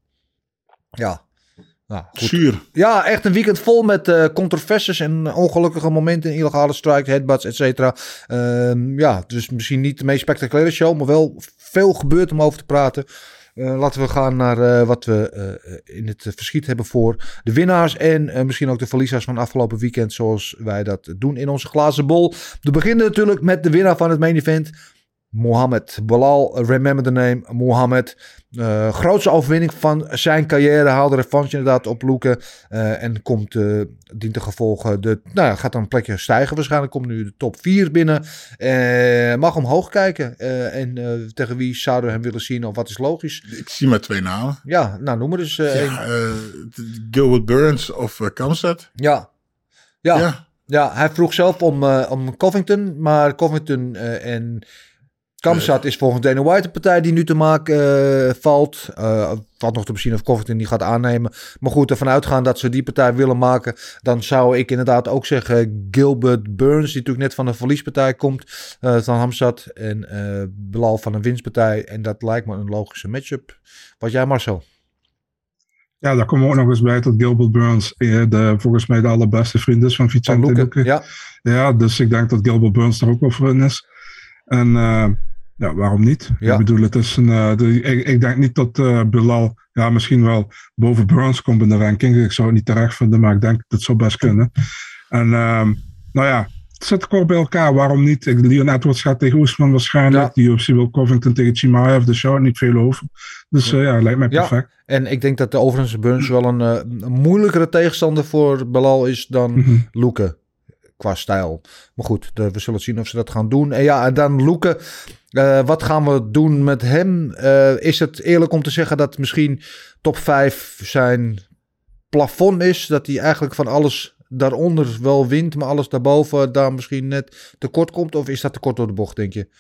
Ja. Nou, goed. Zuur. Ja, echt een weekend vol met uh, controversies en ongelukkige momenten. Illegale strikes, headbutts, et cetera. Uh, ja, dus misschien niet de meest spectaculaire show. Maar wel veel gebeurd om over te praten. Uh, laten we gaan naar uh, wat we uh, in het verschiet hebben voor de winnaars en uh, misschien ook de verliezers van afgelopen weekend, zoals wij dat doen in onze glazen bol. We beginnen natuurlijk met de winnaar van het main event, Mohamed Belal. Remember the name, Mohamed. Uh, grootste overwinning van zijn carrière. Haalde revanche inderdaad op Luque. Uh, en komt, uh, dient te gevolgen. De, nou ja, gaat dan een plekje stijgen waarschijnlijk. Komt nu de top vier binnen. Uh, mag omhoog kijken. Uh, en uh, tegen wie zouden we hem willen zien? Of wat is logisch? Ik zie maar twee namen. Ja, nou noem maar dus. Uh, ja, uh, Gilbert Burns of uh, Kamsat. Ja. Ja. ja. Ja, hij vroeg zelf om, uh, om Covington. Maar Covington uh, en... Kamsat is volgens Dana White de partij die nu te maken uh, valt. Uh, valt nog te bezien of Covington die gaat aannemen. Maar goed, ervan uitgaan dat ze die partij willen maken, dan zou ik inderdaad ook zeggen Gilbert Burns, die natuurlijk net van een verliespartij komt, uh, van Hamzat. En uh, Belal van een winstpartij. En dat lijkt me een logische matchup. Wat jij, Marcel? Ja, daar komen we ook nog eens bij dat Gilbert Burns uh, de, volgens mij de allerbeste vriend is van Vicente Luque. Ja. ja, dus ik denk dat Gilbert Burns er ook wel voor in is. En uh, ja, waarom niet? Ja. Ik bedoel, het is een, uh, de, ik, ik denk niet dat uh, Belal, ja, misschien wel boven Burns komt in de ranking. Ik zou het niet terecht vinden, maar ik denk dat het zou best kunnen. En uh, nou ja, het zit kort bij elkaar. Waarom niet? Leon Edwards gaat tegen Oesman waarschijnlijk. Ja. De U F C wil Covington tegen Chimaev, dus zou er niet veel over. Dus uh, ja, lijkt mij perfect. Ja. En ik denk dat de overigens Burns wel een, uh, een moeilijkere tegenstander voor Belal is dan mm-hmm. Luque. Qua stijl. Maar goed, de, we zullen zien of ze dat gaan doen. En ja, en dan Luque. Uh, wat gaan we doen met hem? Uh, is het eerlijk om te zeggen dat misschien top vijf zijn plafond is. Dat hij eigenlijk van alles daaronder wel wint, maar alles daarboven daar misschien net tekort komt? Of is dat tekort door de bocht, denk je?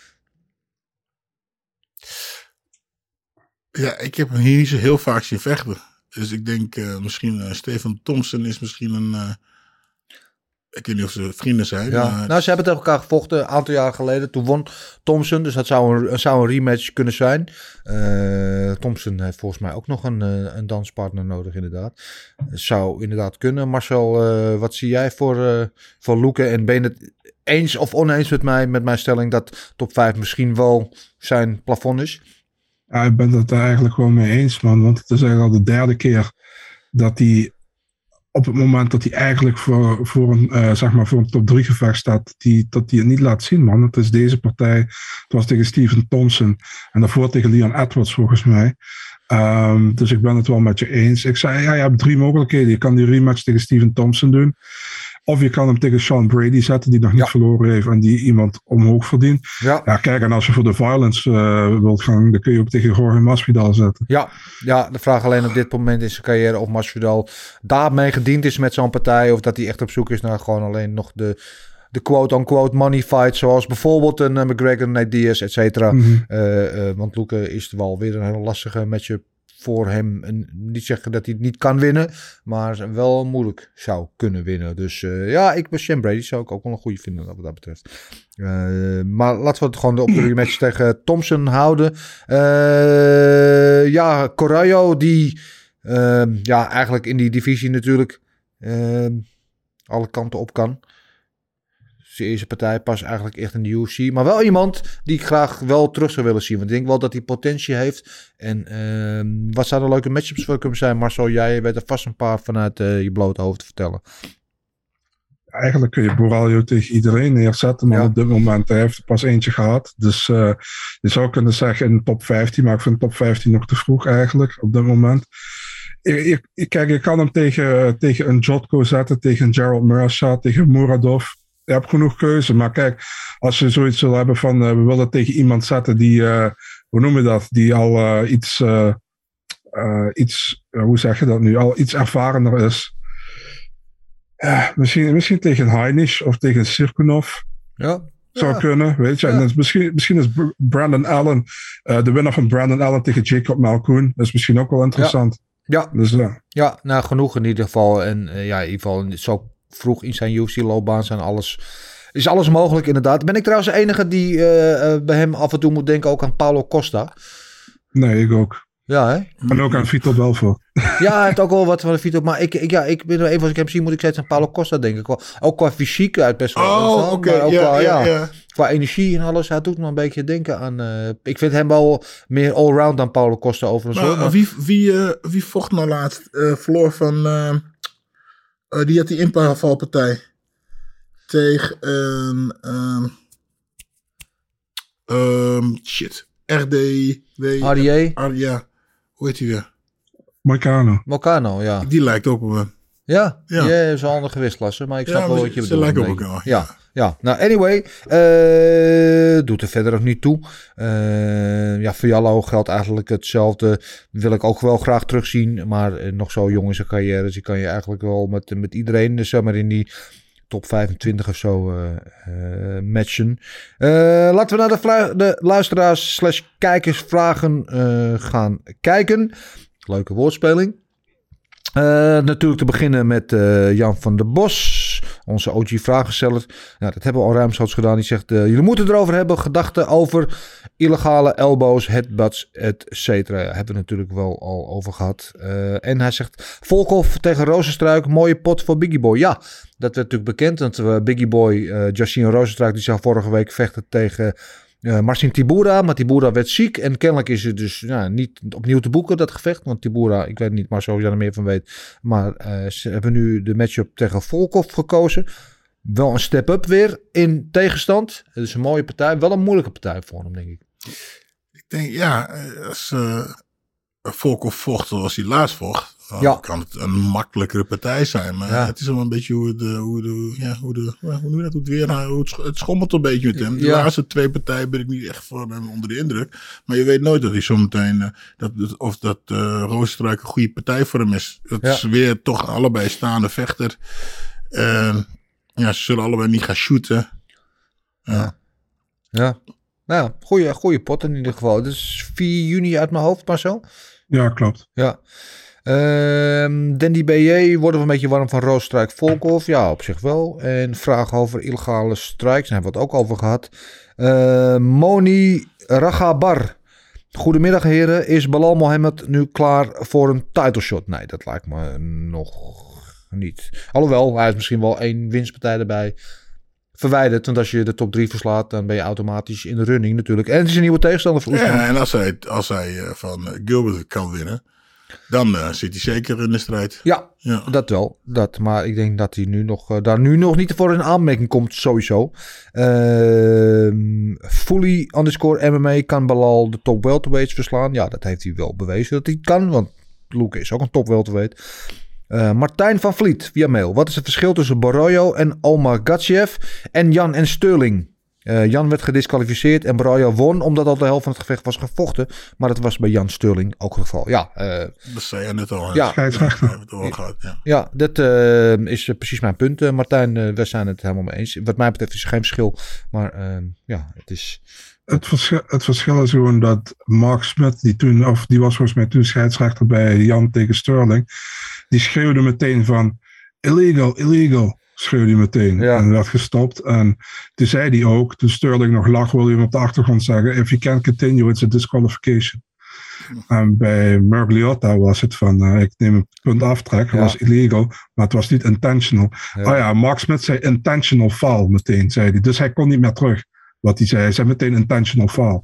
Ja, ik heb hem hier niet zo heel vaak zien vechten. Dus ik denk uh, misschien uh, Stephen Thompson is misschien een... Uh, ik weet niet of ze vrienden zijn. Ja. Maar... Nou, ze hebben tegen elkaar gevochten een aantal jaar geleden. Toen won Thompson, dus dat zou een, zou een rematch kunnen zijn. Uh, Thompson heeft volgens mij ook nog een, uh, een danspartner nodig, inderdaad. Zou inderdaad kunnen. Marcel, uh, wat zie jij voor, uh, voor Luque? En ben je het eens of oneens met mij, met mijn stelling dat top vijf misschien wel zijn plafond is? Ja, ik ben het er eigenlijk wel mee eens, man. Want het is eigenlijk al de derde keer dat hij op het moment dat hij eigenlijk voor, voor, een, uh, zeg maar voor een top drie gevecht staat, die, dat hij het niet laat zien, man. Het is deze partij. Het was tegen Stephen Thompson en daarvoor tegen Leon Edwards, volgens mij. Um, dus ik ben het wel met je eens. Ik zei, ja, je hebt drie mogelijkheden. Je kan die rematch tegen Stephen Thompson doen. Of je kan hem tegen Sean Brady zetten, die nog niet ja. verloren heeft en die iemand omhoog verdient. Ja. ja, kijk, en als je voor de violence uh, wilt gaan, dan kun je ook tegen Jorge Masvidal zetten. Ja, ja, de vraag alleen op dit moment in zijn carrière of Masvidal daarmee gediend is met zo'n partij, of dat hij echt op zoek is naar gewoon alleen nog de, de quote-unquote money fight, zoals bijvoorbeeld een uh, McGregor, Nate Diaz, et cetera. Mm-hmm. Uh, uh, want Luque is wel weer een hele lastige matchup voor hem. En niet zeggen dat hij het niet kan winnen, maar wel moeilijk zou kunnen winnen. Dus uh, ja, ik ben Sean Brady, zou ik ook wel een goede vinden wat dat betreft. Uh, maar laten we het gewoon op de rematch tegen Thompson houden. Uh, ja, Correio, die uh, ja, eigenlijk in die divisie natuurlijk uh, alle kanten op kan. Zijn eerste partij pas eigenlijk echt in de U F C. Maar wel iemand die ik graag wel terug zou willen zien. Want ik denk wel dat hij potentie heeft. En uh, wat zouden leuke matchups voor kunnen zijn? Marcel, jij weet er vast een paar vanuit uh, je blote hoofd te vertellen. Eigenlijk kun je Borralho tegen iedereen neerzetten. Maar ja. op dit moment hij heeft er pas eentje gehad. Dus uh, je zou kunnen zeggen in de top vijftien. Maar ik vind top vijftien nog te vroeg eigenlijk op dit moment. Ik, ik, kijk, je kan hem tegen, tegen een Jotko zetten. Tegen een Gerald Meerschaert. Tegen Muradov. Je hebt genoeg keuze, maar kijk, als je zoiets wil hebben van, uh, we willen tegen iemand zetten die, uh, hoe noem je dat, die al uh, iets, uh, uh, iets uh, hoe zeg je dat nu, al iets ervarener is. Ja, misschien, misschien tegen Heinisch of tegen Sirkunov. Ja. Zou ja. kunnen, weet je. Ja. En dus misschien, misschien is Brandon Allen, uh, de winnaar van Brandon Allen tegen Jacob Malkoun. Dat is misschien ook wel interessant. Ja, ja. Dus, uh, ja nou genoeg in ieder geval. En uh, ja, in ieder geval zo vroeg in zijn U F C-loopbaan zijn alles, is alles mogelijk inderdaad. Ben ik trouwens de enige die uh, uh, bij hem af en toe moet denken ook aan Paulo Costa? Nee, ik ook. Ja, hè? En ook aan Vitor Belfort. Ja, hij heeft ook wel wat van de Vitor. Maar ik, ik, ja, ik ben er even als ik hem zie, moet ik steeds aan Paulo Costa denken. Ook qua fysiek uit best wel. Oh, oké. Okay. Ja, qua, ja, ja, ja. qua energie en alles. Hij doet me een beetje denken aan... Uh, ik vind hem wel meer allround dan Paulo Costa overigens. Maar, maar... Wie, wie, uh, wie vocht nou laatst? Uh, verloor van... Uh, uh, die had die invalpartij. Tegen een... Um, um, shit. R D W... R D A? Ja. Hoe heet hij weer? Moicano. Moicano, ja. Die lijkt ook op hem. Ja, ja. Die is een andere gewichtsklasse, maar ik snap ja, wel wat je bedoelt. Ze lijken ook wel. Ja, ja. Nou, anyway, uh, doet er verder ook niet toe. Uh, ja, Fiallo geldt eigenlijk hetzelfde. Wil ik ook wel graag terugzien, maar uh, nog zo jong in zijn carrière, dus die kan je eigenlijk wel met, met iedereen, dus zeg maar in die top vijfentwintig of zo uh, uh, matchen. Uh, laten we naar de, vlu- de luisteraars slash kijkersvragen uh, gaan kijken. Leuke woordspeling. Uh, natuurlijk te beginnen met uh, Jan van der Bos, onze O G-vragensteller. Nou, dat hebben we al ruimschoots gedaan. Die zegt, uh, jullie moeten erover hebben, gedachten over illegale elbows, headbutts, et cetera. Ja, hebben we natuurlijk wel al over gehad. Uh, en hij zegt, Volkov tegen Rozenstruik, mooie pot voor Biggie Boy. Ja, dat werd natuurlijk bekend, want uh, Biggie Boy, uh, Jairzinho Rozenstruik, die zou vorige week vechten tegen... Uh, Marcin Tybura, maar Tybura werd ziek en kennelijk is het dus ja, niet opnieuw te boeken dat gevecht, want Tybura, ik weet niet, maar sowieso er meer van weet, maar uh, ze hebben nu de matchup tegen Volkov gekozen, wel een step-up weer in tegenstand, het is een mooie partij, wel een moeilijke partij voor hem, denk ik. Ik denk, ja, als uh, Volkov vocht zoals hij laatst vocht, dan ja. kan het een makkelijkere partij zijn. Maar ja. het is wel een beetje hoe de, hoe de, ja, hoe de, hoe noem je dat, hoe het weer, hoe het, het schommelt een beetje met hem. De ja. laatste twee partijen ben ik niet echt van hem onder de indruk. Maar je weet nooit dat hij zometeen, uh, dat, of dat uh, Rozenstruik een goede partij voor hem is. Het ja. is weer toch allebei staande vechter. Uh, ja, ze zullen allebei niet gaan shooten. Ja. Ja. ja. Nou, goede, goede pot in ieder geval. Dus vier juni uit mijn hoofd, Marcel? Ja, klopt. Ja. Uh, Dandy B J, worden we een beetje warm van Rozenstruik Volkov? Ja, op zich wel. En vragen over illegale strikes, daar hebben we het ook over gehad. Uh, Moni Ragabar. Goedemiddag heren, is Belal Mohammed nu klaar voor een title shot? Nee, dat lijkt me nog niet. Alhoewel, hij is misschien wel één winstpartij erbij verwijderd. Want als je de top drie verslaat, dan ben je automatisch in de running natuurlijk. En het is een nieuwe tegenstander voor Oesman. Ja, en als hij, als hij uh, van uh, Gilbert kan winnen, dan uh, zit hij zeker in de strijd. Ja, ja, dat wel. Dat, maar ik denk dat hij nu nog, uh, daar nu nog niet voor in aanmerking komt, sowieso. Uh, fully underscore M M A kan Belal de top welterweights verslaan. Ja, dat heeft hij wel bewezen dat hij kan. Want Luke is ook een top welterweight. Uh, Martijn van Vliet via mail. Wat is het verschil tussen Borroyo en Omar Gatchev en Jan en Sterling? Uh, Jan werd gedisqualificeerd en Borroyo won omdat al de helft van het gevecht was gevochten. Maar dat was bij Jan Sterling ook het geval. Ja, uh, dat zei je net al. Ja, gehad, ja. ja, dat uh, is uh, precies mijn punt. Uh, Martijn, uh, we zijn het helemaal mee eens. Wat mij betreft is er geen verschil. Maar uh, ja, het is... Het verschil, het verschil is gewoon dat Mark Smith, die toen, of die was volgens mij toen scheidsrechter bij Jan tegen Sterling, die schreeuwde meteen van illegal, illegal, schreeuwde hij meteen. Ja. En werd gestopt. En toen zei hij ook, toen Sterling nog lag, wilde hij op de achtergrond zeggen, if you can't continue, it's a disqualification. En bij Mergliotta was het van, uh, ik neem een punt aftrek, het ja. was illegal, maar het was niet intentional. Ja. Oh ja, Mark Smith zei intentional foul meteen, zei hij. Dus hij kon niet meer terug. Wat hij zei, hij zei meteen intentional foul.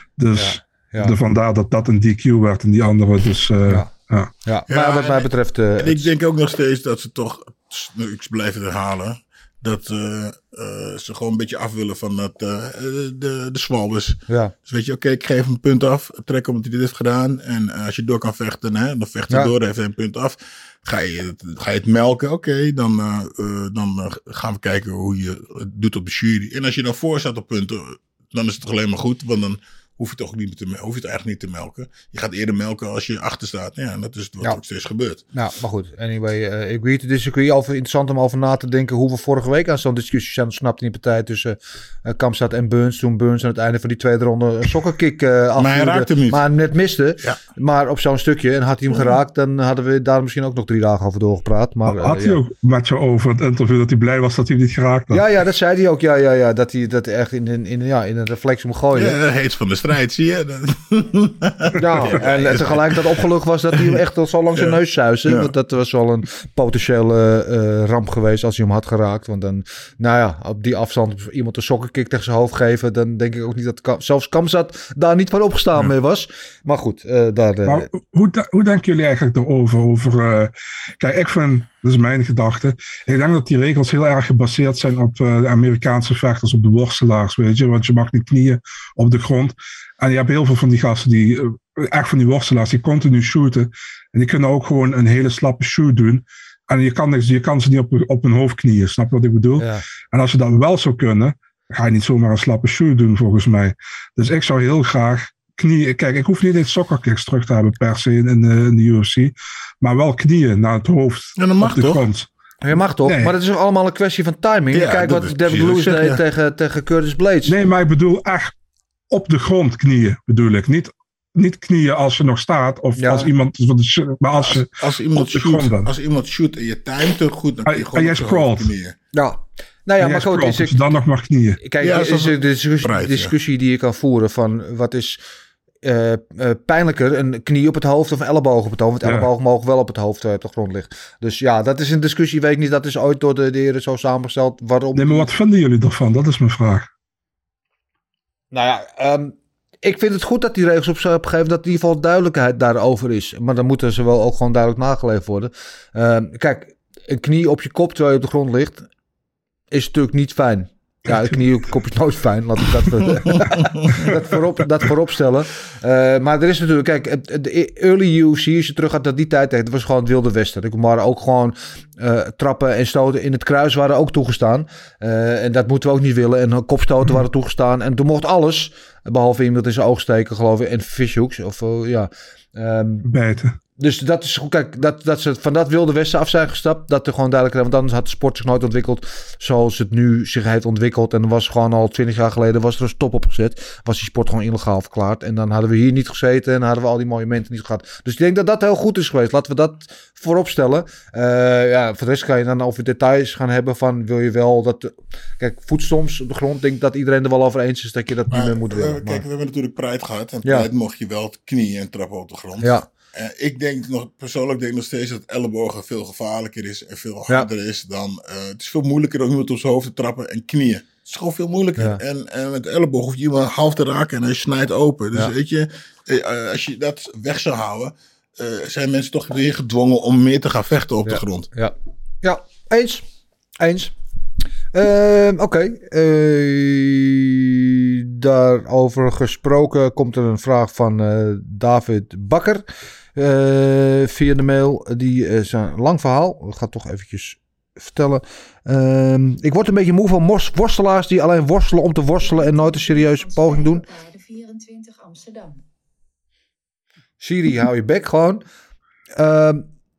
Dus ja, ja. De, vandaar dat dat een D Q werd en die andere dus... Uh, ja. Ja. Ja, maar ja, wat mij betreft... Uh, en ik denk ook nog steeds dat ze toch, ik blijf het herhalen, dat uh, uh, ze gewoon een beetje af willen van dat, uh, de, de zwalbes. Ja. Dus weet je, oké, okay, ik geef hem een punt af, trek omdat hij dit heeft gedaan. En uh, als je door kan vechten, hè, dan vecht hij ja. door, heeft hij een punt af. Ga je, ga je het melken, oké, okay, dan, uh, uh, dan uh, gaan we kijken hoe je het doet op de jury. En als je dan voor staat op punten, dan is het toch alleen maar goed, want dan hoef je toch niet te, hoef je het eigenlijk niet te melken. Je gaat eerder melken als je achter staat. Ja, en dat is wat ja. ook steeds gebeurt. Nou, maar goed. Anyway, uh, agree to disagree. Over interessant om over na te denken hoe we vorige week aan zo'n discussie zijn ontsnapt in die partij tussen uh, Kamstad en Burns. Toen Burns aan het einde van die tweede ronde een sokkerkick uh, afvuurde. Maar hij raakte hem niet. Maar net miste. Ja. Maar op zo'n stukje. En had hij hem ja. geraakt, dan hadden we daar misschien ook nog drie dagen over doorgepraat. Maar, uh, had hij ja. ook met je over het interview dat hij blij was dat hij hem niet geraakt had? Ja, ja, dat zei hij ook. Ja, ja, ja. Dat hij dat echt in, in, in, ja, in een reflex moet gooien. Ja, heet van de strijd, zie je. Ja, en tegelijkertijd opgelucht was dat hij hem echt al zo langs zijn neus zuisde. Ja. Want dat was wel een potentiële uh, ramp geweest als hij hem had geraakt. Want dan, nou ja, op die afstand iemand een sokkenkick tegen zijn hoofd geven, dan denk ik ook niet dat Kam, zelfs Kamzat daar niet van opgestaan ja. mee was. Maar goed, uh, daar... Uh, maar hoe, hoe denken jullie eigenlijk erover? Over, uh, kijk, ik vind, dat is mijn gedachte, ik denk dat die regels heel erg gebaseerd zijn op uh, de Amerikaanse vechters, op de worstelaars, weet je. Want je mag niet knieën op de grond. En je hebt heel veel van die gasten, die echt van die worstelaars, die continu shooten. En die kunnen ook gewoon een hele slappe shoot doen. En je kan, je kan ze niet op, op hun hoofd knieën, snap je wat ik bedoel? Ja. En als je dat wel zou kunnen, ga je niet zomaar een slappe shoot doen volgens mij. Dus ik zou heel graag knieën... Kijk, ik hoef niet eens soccerkicks terug te hebben per se in, in, de, in de U F C. Maar wel knieën naar het hoofd. Ja, dat mag op de toch? grond. Je mag toch, nee. Maar het is allemaal een kwestie van timing. Ja, kijk wat David Lewis deed ja. tegen, tegen Curtis Blades. Nee, maar ik bedoel echt op de grond knieën, bedoel ik. Niet, niet knieën als je nog staat, of ja. als iemand... Maar als, je als, als, iemand shoot, als iemand shoot en je timet er goed, dan kun je gewoon en je scrolt. knieën. Ja. Nou ja, maar goed, is ik, dan nog maar knieën. Kijk, ja, is de discussie, prijs, discussie ja. die je kan voeren van wat is uh, uh, pijnlijker, een knie op het hoofd of een elleboog op het hoofd. Want ja. elleboog mogen wel op het hoofd uh, op de grond liggen. Dus ja, dat is een discussie, weet ik niet, dat is ooit door de, de heren zo samengesteld. Waarom... Nee, maar wat vinden jullie ervan? Dat is mijn vraag. Nou ja, um, ik vind het goed dat die regels op hebben gegeven dat in ieder geval duidelijkheid daarover is. Maar dan moeten ze wel ook gewoon duidelijk nageleefd worden. Um, kijk, een knie op je kop terwijl je op de grond ligt is natuurlijk niet fijn. Ja, de kniekop is nooit fijn. Laat ik dat, dat, voorop, dat voorop stellen. Uh, maar er is natuurlijk... Kijk, de early U F C, als je terug gaat naar die tijd... Het was gewoon het Wilde Westen. Er waren ook gewoon uh, trappen en stoten in het kruis waren ook toegestaan. Uh, en dat moeten we ook niet willen. En kopstoten waren toegestaan. En toen mocht alles. Behalve iemand in zijn oog steken, geloof ik. En fishhooks. Of uh, ja... Um, Bijten. Dus dat is goed, kijk, dat, dat ze van dat Wilde Westen af zijn gestapt, dat er gewoon duidelijk, want anders had de sport zich nooit ontwikkeld zoals het nu zich heeft ontwikkeld. En er was gewoon al twintig jaar geleden, was er een stop op gezet, was die sport gewoon illegaal verklaard. En dan hadden we hier niet gezeten en hadden we al die monumenten niet gehad. Dus ik denk dat dat heel goed is geweest. Laten we dat voorop stellen. Uh, ja, voor de rest kan je dan over details gaan hebben van, wil je wel dat, kijk, voetstoms op de grond, denk dat iedereen er wel over eens is dat je dat maar, niet meer moet willen. Kijk, maar. we hebben natuurlijk Pride gehad en Pride ja. mocht je wel het knieën en trappen op de grond. Ja. Uh, ik denk nog, persoonlijk denk nog steeds dat ellebogen veel gevaarlijker is en veel harder ja. is dan... Uh, het is veel moeilijker om iemand op zijn hoofd te trappen en knieën. Het is gewoon veel moeilijker. Ja. En, en met de elleboog hoef je iemand half te raken en hij snijdt open. Dus ja. weet je, uh, als je dat weg zou houden, uh, zijn mensen toch weer gedwongen om meer te gaan vechten op ja. de grond. Ja, ja. eens. Eens. Uh, Oké. Okay. Uh, daarover gesproken komt er een vraag van uh, David Bakker. Uh, via de mail. Die is een lang verhaal. Ik ga het toch eventjes vertellen. Uh, ik word een beetje moe van mos- worstelaars die alleen worstelen om te worstelen en nooit een serieuze poging doen. vierentwintig Amsterdam. Siri, hou je bek gewoon. Uh,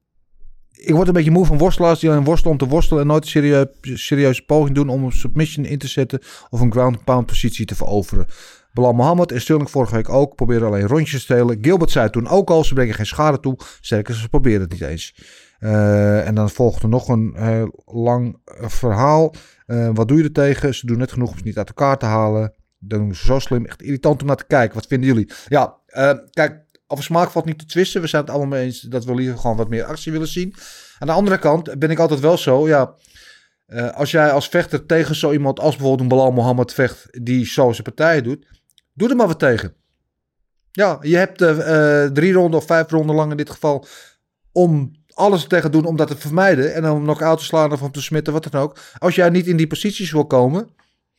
Ik word een beetje moe van worstelaars die alleen worstelen om te worstelen en nooit een serieuze, serieuze poging doen om een submission in te zetten of een ground pound positie te veroveren. Belal Mohammed en Sterling vorige week ook proberen alleen rondjes te stelen. Gilbert zei toen ook al, ze brengen geen schade toe. Sterker, ze proberen het niet eens. Uh, en dan volgt er nog een heel lang verhaal. Uh, wat doe je er tegen? Ze doen net genoeg om ze niet uit elkaar te halen. Dan doen ze zo slim. Echt irritant om naar te kijken. Wat vinden jullie? Ja, uh, kijk. Over smaak valt niet te twisten. We zijn het allemaal mee eens dat we liever gewoon wat meer actie willen zien. Aan de andere kant ben ik altijd wel zo. Ja, uh, als jij als vechter tegen zo iemand als bijvoorbeeld een Belal Mohammed vecht die zo zijn partijen doet. Doe er maar wat tegen. Ja, je hebt uh, uh, drie ronden of vijf ronden lang in dit geval om alles tegen te doen om dat te vermijden. En dan om knock-out te slaan of om te smitten, wat dan ook. Als jij niet in die posities wil komen,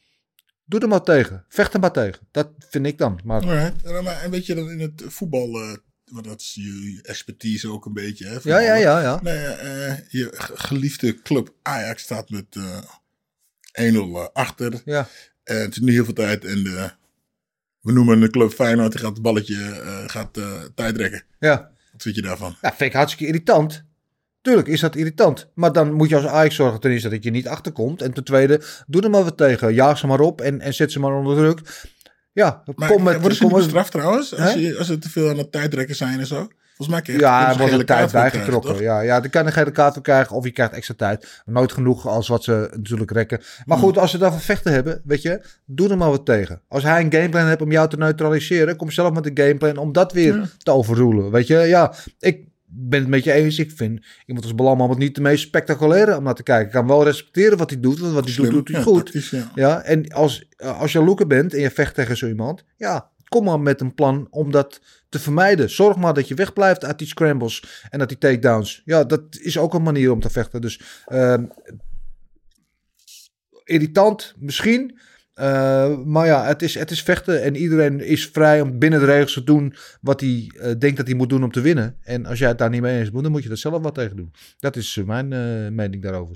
doe er maar tegen. Vecht er maar tegen. Dat vind ik dan. Maar... Right. Maar en weet je dat in het voetbal, uh, dat is je expertise ook een beetje. Hè, ja, ja, ja, ja. Nee, uh, je geliefde club Ajax staat met uh, één nul achter. Ja. En het is nu heel veel tijd. En de, we noemen de club Feyenoord, die gaat het balletje uh, gaat, uh, tijdrekken. Ja. Wat vind je daarvan? Ja, vind ik hartstikke irritant. Tuurlijk is dat irritant. Maar dan moet je als Ajax zorgen ten eerste dat je niet achterkomt. En ten tweede, doe er maar wat tegen. Jaag ze maar op en, en zet ze maar onder druk. Ja, maar, kom met... Worden ze kom niet met, bestraft trouwens? Als, je, als er te veel aan het tijdrekken zijn en zo? Volgens mij krijg je ja, er wordt er tijd bijgetrokken. Krijgen, ja, ja, dan kan je geen kaart voor krijgen of je krijgt extra tijd. Maar nooit genoeg als wat ze natuurlijk rekken. Maar goed, als ze daarvoor vechten hebben, weet je, doe er maar wat tegen. Als hij een gameplan heeft om jou te neutraliseren, kom zelf met een gameplan om dat weer ja. te overrulen. Weet je, ja, ik ben het met je eens. Ik vind iemand als Belal Mohammed niet de meest spectaculaire om naar te kijken. Ik kan wel respecteren wat hij doet, want wat hij doet, doet hij ja, goed. Tactisch, ja. Ja, en als, als je looker bent en je vecht tegen zo iemand, ja, kom maar met een plan om dat te vermijden. Zorg maar dat je wegblijft uit die scrambles en uit die takedowns. Ja, dat is ook een manier om te vechten. Dus uh, irritant misschien. Uh, maar ja, het is, het is vechten en iedereen is vrij om binnen de regels te doen wat hij uh, denkt dat hij moet doen om te winnen. En als jij het daar niet mee eens bent, dan moet je er zelf wat tegen doen. Dat is uh, mijn uh, mening daarover.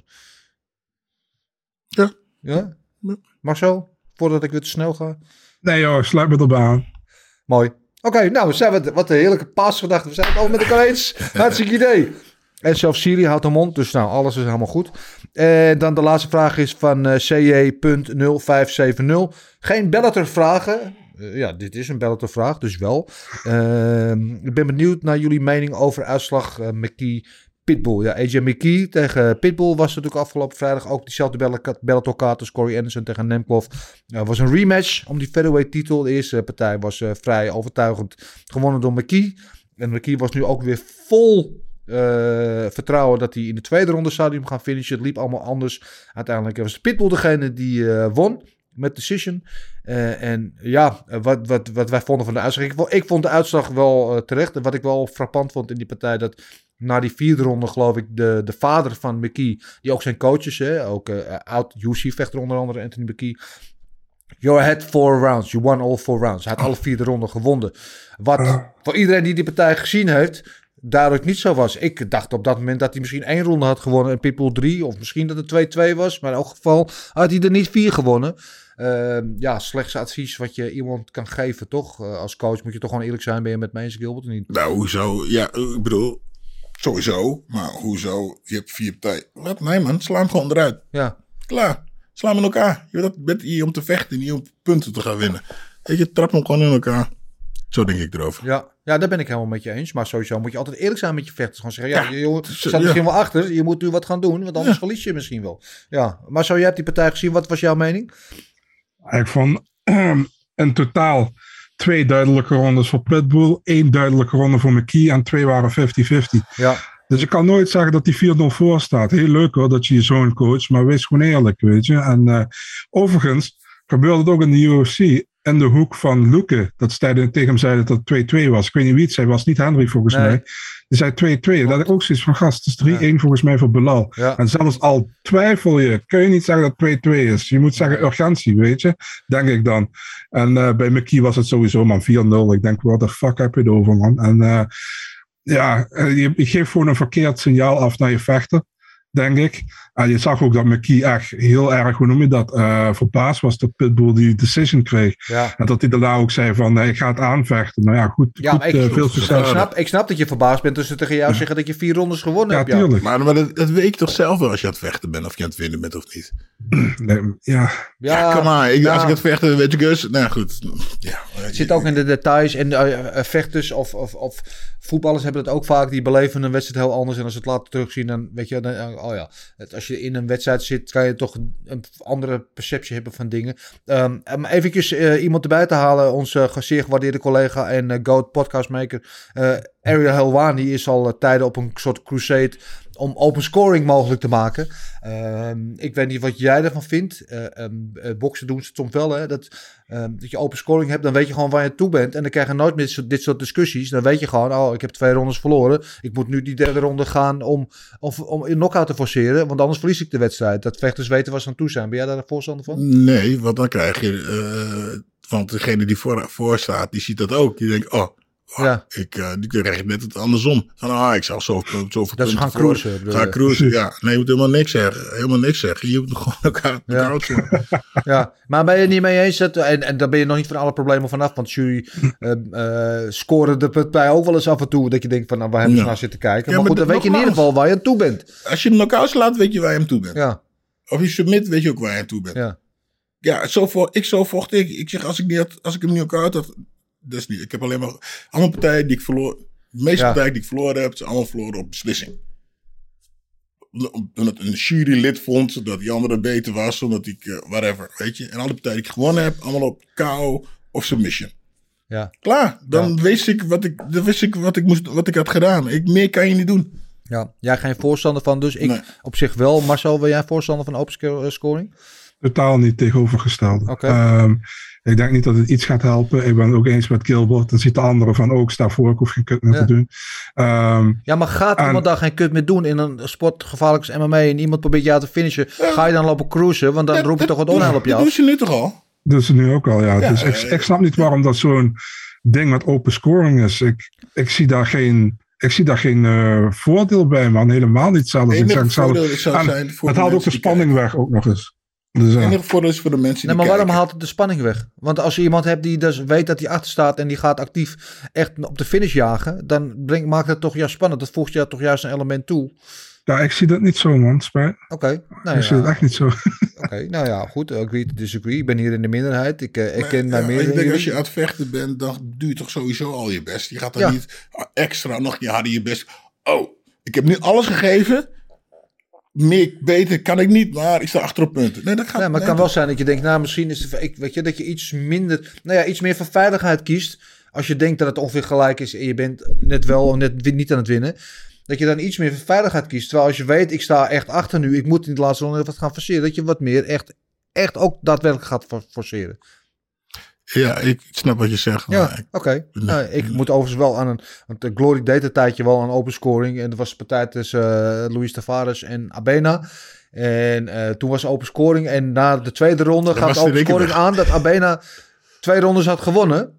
Ja. Ja? Marcel, voordat ik weer te snel ga. Nee joh, sluit me erbij aan. Mooi. Oké, okay, nou, we zijn wat, wat een heerlijke paasgedachte. We zijn het al met elkaar eens. Hartstikke idee. En zelfs Siri houdt de mond, dus nou, alles is helemaal goed. En dan de laatste vraag is van uh, C J nul vijf zeven nul. Geen Bellator vragen. Uh, ja, dit is een Bellator vraag, dus wel. Uh, ik ben benieuwd naar jullie mening over uitslag uh, McKee Pitbull. Ja, A J McKee tegen Pitbull was natuurlijk afgelopen vrijdag ook diezelfde Bellator kaart als Corey Anderson tegen Nemkov. Het uh, was een rematch om die featherweight titel. De eerste partij was uh, vrij overtuigend gewonnen door McKee. En McKee was nu ook weer vol uh, vertrouwen dat hij in de tweede ronde zou gaan finishen. Het liep allemaal anders. Uiteindelijk was Pitbull degene die uh, won met decision. Uh, en ja, wat, wat, wat wij vonden van de uitslag. Ik vond, ik vond de uitslag wel uh, terecht. En wat ik wel frappant vond in die partij, dat na die vierde ronde, geloof ik, de, de vader van McKee, die ook zijn coach is, hè, ook uh, oud U C vechter onder andere, Anthony McKee. You had four rounds. You won all four rounds. Hij had alle vier de ronden gewonnen. Wat uh. voor iedereen die die partij gezien heeft, duidelijk niet zo was. Ik dacht op dat moment dat hij misschien één ronde had gewonnen en Pitbull drie. Of misschien dat het twee twee was. Maar in elk geval had hij er niet vier gewonnen. Uh, ja, slechtste advies wat je iemand kan geven, toch? Uh, als coach moet je toch gewoon eerlijk zijn. Ben je met Mason Gilbert of niet? Nou, hoezo? Ja, ik bedoel, sowieso. Maar hoezo? Je hebt vier partijen. Wat? Nee man, sla hem gewoon eruit. Ja. Klaar. Sla hem in elkaar. Je bent hier om te vechten, niet om punten te gaan winnen. Weet je, trap hem gewoon in elkaar. Zo denk ik erover. Ja, ja, daar ben ik helemaal met je eens. Maar sowieso moet je altijd eerlijk zijn met je vechters. Gewoon zeggen, ja, ja je, je staat misschien ja. wel achter. Je moet nu wat gaan doen, want anders ja. verlies je misschien wel. Ja, maar zo, jij hebt die partij gezien. Wat was jouw mening? Ik vond um, in totaal twee duidelijke rondes voor Pitbull. één duidelijke ronde voor McKee. En twee waren vijftig vijftig. Ja. Dus ik kan nooit zeggen dat die vier nul voor staat. Heel leuk hoor, dat je je zoon coach. Maar wees gewoon eerlijk, weet je. En uh, overigens gebeurde het ook in de U F C. In de hoek van Luke. Dat ze tegen hem zeiden dat het twee twee was. Ik weet niet wie het zei. Was niet Henry volgens nee. mij. Die zei twee twee. Dat ik ook zoiets van gast. Het is drie één ja. volgens mij voor Belal. Ja. En zelfs al twijfel je. Kun je niet zeggen dat twee twee is. Je moet zeggen urgentie, weet je. Denk ik dan. En uh, bij McKee was het sowieso man vier nul. Ik denk, what the fuck heb je het over man. En uh, ja, je, je geeft gewoon een verkeerd signaal af naar je vechter. Denk ik. En je zag ook dat McKee echt heel erg, hoe noem je dat, uh, verbaasd was dat Pitbull die decision kreeg. Ja. En dat hij daarna ook zei van, nee, ik ga het aanvechten. Nou ja, goed, ja, goed ik, uh, veel succes. Ik snap, ik snap dat je verbaasd bent tussen tegen jou ja. zeggen dat je vier rondes gewonnen ja, hebt. Tuurlijk. Maar, maar dat, dat weet je toch zelf wel als je aan het vechten bent of je aan het winnen bent of niet? Nee, ja. Ja, ja come on. Ik, nou, als ik het vechten, weet je Gus. Nou goed. Ja, het zit ook in de details. En uh, vechters of, of, of voetballers hebben het ook vaak. Die beleven een wedstrijd heel anders. En als ze het later terugzien, dan weet je, dan, oh ja. Het, als je in een wedstrijd zit, kan je toch een andere perceptie hebben van dingen. Um, um, eventjes uh, iemand erbij te halen. Onze zeer gewaardeerde collega en uh, GOAT podcastmaker uh, Ariel Helwani is al uh, tijden op een soort crusade om open scoring mogelijk te maken. Uh, ik weet niet wat jij ervan vindt. Uh, um, uh, boksen doen ze het soms wel. Hè? Dat, uh, dat je open scoring hebt. Dan weet je gewoon waar je toe bent. En dan krijg je nooit meer dit soort, dit soort discussies. Dan weet je gewoon, oh, ik heb twee rondes verloren. Ik moet nu die derde ronde gaan om, om, om een knockout te forceren. Want anders verlies ik de wedstrijd. Dat vechters weten waar ze aan toe zijn. Ben jij daar een voorstander van? Nee, want dan krijg je... Uh, want degene die voor, voor staat, die ziet dat ook. Die denkt, oh... Oh, ja. Ik, uh, die krijg je net het andersom. Van, ah, ik zal zoveel, zoveel dat is gaan cruisen. Ga cruisen, ja. Nee, je moet helemaal niks zeggen. Helemaal niks zeggen. Je moet gewoon elkaar ja. ja, maar ben je het niet mee eens? Dat, en, en dan ben je nog niet van alle problemen vanaf. Want jury uh, uh, scoren de partij ook wel eens af en toe. Dat je denkt van, nou, waar hebben ze ja. naar zitten kijken? Ja, maar, maar goed, dan weet je in ieder geval waar je aan toe bent. Als je hem knock-out slaat, weet je waar je aan toe bent. Ja. Of je submit, weet je ook waar je aan toe bent. Ja, ja zo vo- ik zo vocht ik. Ik zeg, als ik, niet had, als ik hem niet knock-out had... Dat is niet. Ik heb alleen maar allemaal partijen die ik verloor. De meeste ja. partijen die ik verloren heb, zijn allemaal verloren op beslissing. Omdat een jurylid vond dat die andere beter was, omdat ik uh, whatever, weet je. En alle partijen die ik gewonnen heb, allemaal op K O of submission. Ja. Klaar. Dan ja. wist ik wat ik, dan wist ik wat ik moest, wat ik had gedaan. Ik, meer kan je niet doen. Ja, jij geen voorstander van, dus ik nee. op zich wel. Marcel, ben jij voorstander van open scoring? Totaal niet tegenovergesteld. Okay. Um, ik denk niet dat het iets gaat helpen. Ik ben het ook eens met Gilbert. Dan ziet de andere van ook, sta voor, ik hoef geen kut meer ja. te doen. Um, ja, maar gaat en, iemand daar geen kut meer doen in een sport gevaarlijk als M M A en iemand probeert jou te finishen? Ja. Ga je dan lopen cruisen? Want dan ja, roep je toch wat onheil op jou. Dat doe je nu toch al? Dat is nu ook al, ja. ja dus ik, ja, ja. ik snap niet waarom dat zo'n ding met open scoring is. Ik, ik zie daar geen... Ik zie daar geen uh, voordeel bij, man. Helemaal niet zelfs. Het enige voordeel zou zijn voor het haalt ook de spanning weg, ook nog eens. Dus, het enige voordeel is voor de mensen nee, die maar waarom kijken. haalt het de spanning weg? Want als je iemand hebt die dus weet dat hij achter staat en die gaat actief echt op de finish jagen, dan brengt, maakt het toch juist spannend. Dat voegt je toch juist een element toe. Ja, ik zie dat niet zo, man. Spijt. Oké. Okay, nou ik ja. zie dat echt niet zo. Oké, okay, nou ja, goed. Agree to disagree. Ik ben hier in de minderheid. Ik, uh, ik maar, ken mijn ja, meerdere. Ik denk als je aan het vechten bent, dan doe je toch sowieso al je best. Je gaat dan ja. niet extra nog je harder je best. Oh, ik heb nu alles gegeven. Meer beter kan ik niet, maar ik sta achter op punten. Nee, dat gaat, nee, maar het nee, kan wel zijn dat je denkt, nou, misschien is het, ik, weet je, dat je iets minder, nou ja, iets meer van veiligheid kiest. Als je denkt dat het ongeveer gelijk is en je bent net wel of net niet aan het winnen. Dat je dan iets meer van veiligheid kiest. Terwijl als je weet, ik sta echt achter nu, ik moet in de laatste ronde wat gaan forceren. Dat je wat meer echt, echt ook daadwerkelijk gaat forceren. Ja, ik snap wat je zegt. Ja, oké. Okay. Nee. Nou, ik moet overigens wel aan een... Want de Glory deed een tijdje wel aan open scoring. En dat was de partij tussen uh, Luis Tavares en Abena. En uh, toen was open scoring. En na de tweede ronde gaat open scoring aan dat Abena twee rondes had gewonnen.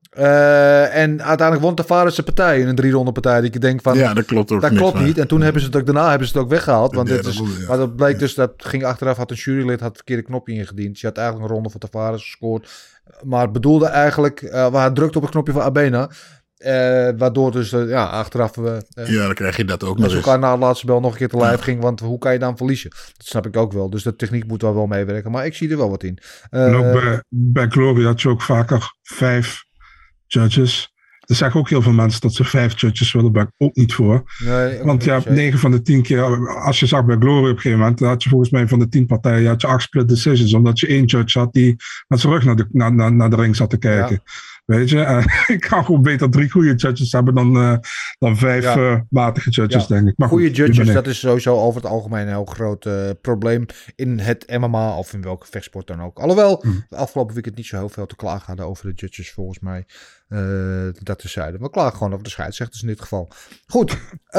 Uh, en uiteindelijk won Tavares de partij in een drie ronde partij. Die ik denk van, ja, dat klopt ook dat klopt niet. En toen hebben ze het ook daarna hebben ze het ook weggehaald. Want ja, dit is, dat ja. maar dat bleek dus, dat ging achteraf, had een jurylid had het verkeerde knopje ingediend. Dus je had eigenlijk een ronde voor Tavares gescoord. Maar het bedoelde eigenlijk, uh, waar hij drukte op het knopje van Abena. Uh, waardoor dus, uh, ja, achteraf... Uh, ja, dan krijg je dat ook nog eens. Als elkaar na de laatste bel nog een keer te lijf ja. ging. Want hoe kan je dan verliezen? Dat snap ik ook wel. Dus de techniek moet wel wel meewerken. Maar ik zie er wel wat in. Uh, en ook bij, bij Glory had je ook vaker vijf judges. Er zeggen ook heel veel mensen dat ze vijf judges willen, ben ik ook niet voor. Nee, ook Want ja, negen van de tien keer, als je zag bij Glory op een gegeven moment, dan had je volgens mij van de tien partijen had je acht split decisions, omdat je één judge had die met zijn rug naar de, naar, naar, naar de ring zat te kijken. Ja. Weet je, uh, ik kan gewoon beter drie goede judges hebben dan, uh, dan vijf ja. uh, matige judges, ja. denk ik. Maar goede goed, judges, dat is sowieso over het algemeen een heel groot uh, probleem in het M M A of in welke vechtsport dan ook. Alhoewel, mm. de afgelopen weekend niet zo heel veel te klagen hadden over de judges, volgens mij. Uh, dat terzijde. We klagen gewoon over de scheidsrechters in dit geval. Goed,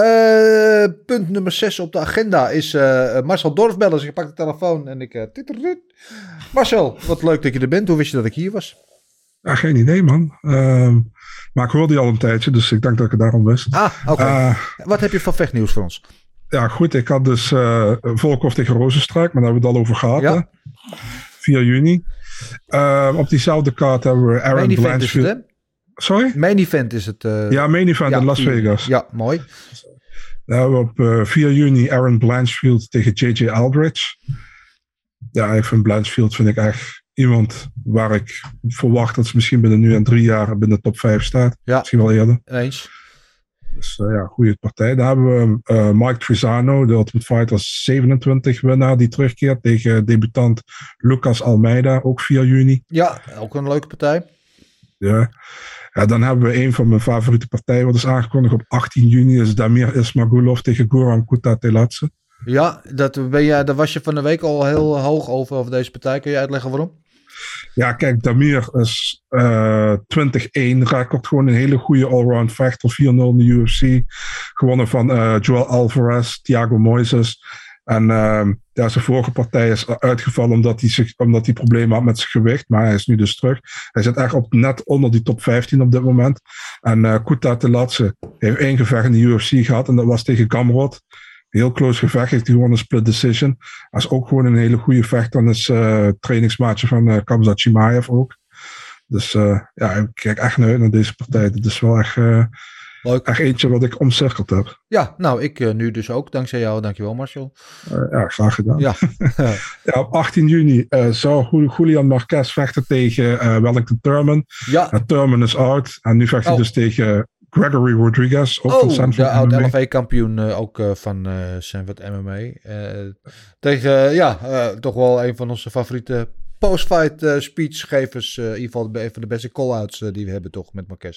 uh, punt nummer zes op de agenda is uh, Marcel Dorfbellers. Dus ik pak de telefoon en ik... Uh, Marcel, wat leuk dat je er bent. Hoe wist je dat ik hier was? Ja, geen idee, man. Uh, maar ik hoorde je al een tijdje, dus ik denk dat ik het daarom wist. Ah, oké. Okay. Uh, Wat heb je van vechtnieuws voor ons? Ja, goed. Ik had dus uh, Volkov tegen Rozenstruik, maar daar hebben we het al over gehad. Ja. vier juni. Uh, op diezelfde kaart hebben we Aaron Main Blanchfield. Event is het, hè? Sorry? Main event is het. Uh... Ja, main event ja, in Las Vegas. Ja, mooi. Dan hebben we op uh, vier juni Aaron Blanchfield tegen J J Aldrich. Ja, ik vind Blanchfield vind ik echt... iemand waar ik verwacht dat ze misschien binnen nu en drie jaar binnen de top vijf staat. Ja. Misschien wel eerder. Eens. Dus uh, ja, goede partij. Dan hebben we uh, Mike Trizano, de Ultimate Fighter zevenentwintig winnaar, die terugkeert tegen debutant Lucas Almeida, ook vier juni. Ja, ook een leuke partij. Ja. Ja, dan hebben we een van mijn favoriete partijen, wat is aangekondigd op achttien juni, is Damir Ismagulov tegen Goran Kutateladze. Ja, dat ben je, daar was je van de week al heel hoog over, over deze partij. Kun je uitleggen waarom? Ja, kijk, Damir is uh, twintig één record. Gewoon een hele goede allround vechter. vier nul in de U F C. Gewonnen van uh, Joel Alvarez, Thiago Moises. En uh, ja, zijn vorige partij is uitgevallen omdat hij, zich, omdat hij problemen had met zijn gewicht. Maar hij is nu dus terug. Hij zit echt op net onder die top vijftien op dit moment. En uh, Kutateladze heeft één gevecht in de U F C gehad. En dat was tegen Gamrot. Heel close gevecht, heeft hij gewoon een split decision. Hij is ook gewoon een hele goede vechter. En is uh, trainingsmaatje van uh, Khamzat Chimaev ook. Dus uh, ja, ik kijk echt naar uit naar deze partij. Dat is wel echt, uh, echt eentje wat ik omcirkeld heb. Ja, nou ik uh, nu dus ook. Dankzij jou, dankjewel Marcel. Uh, ja, graag gedaan. Ja. Ja, op achttien juni uh, zou Julian Marquez vechten tegen uh, Wellington Turman. Ja. Uh, Turman is out. En nu vecht hij oh. dus tegen... Gregory Rodriguez, ook oh, van Sanford de oud M M A. L F A-kampioen uh, ook uh, van uh, Sanford M M A. Uh, tegen, uh, ja, uh, toch wel een van onze favoriete post-fight uh, speechgevers. Uh, in ieder geval een van de beste call-outs uh, die we hebben toch met Marquez.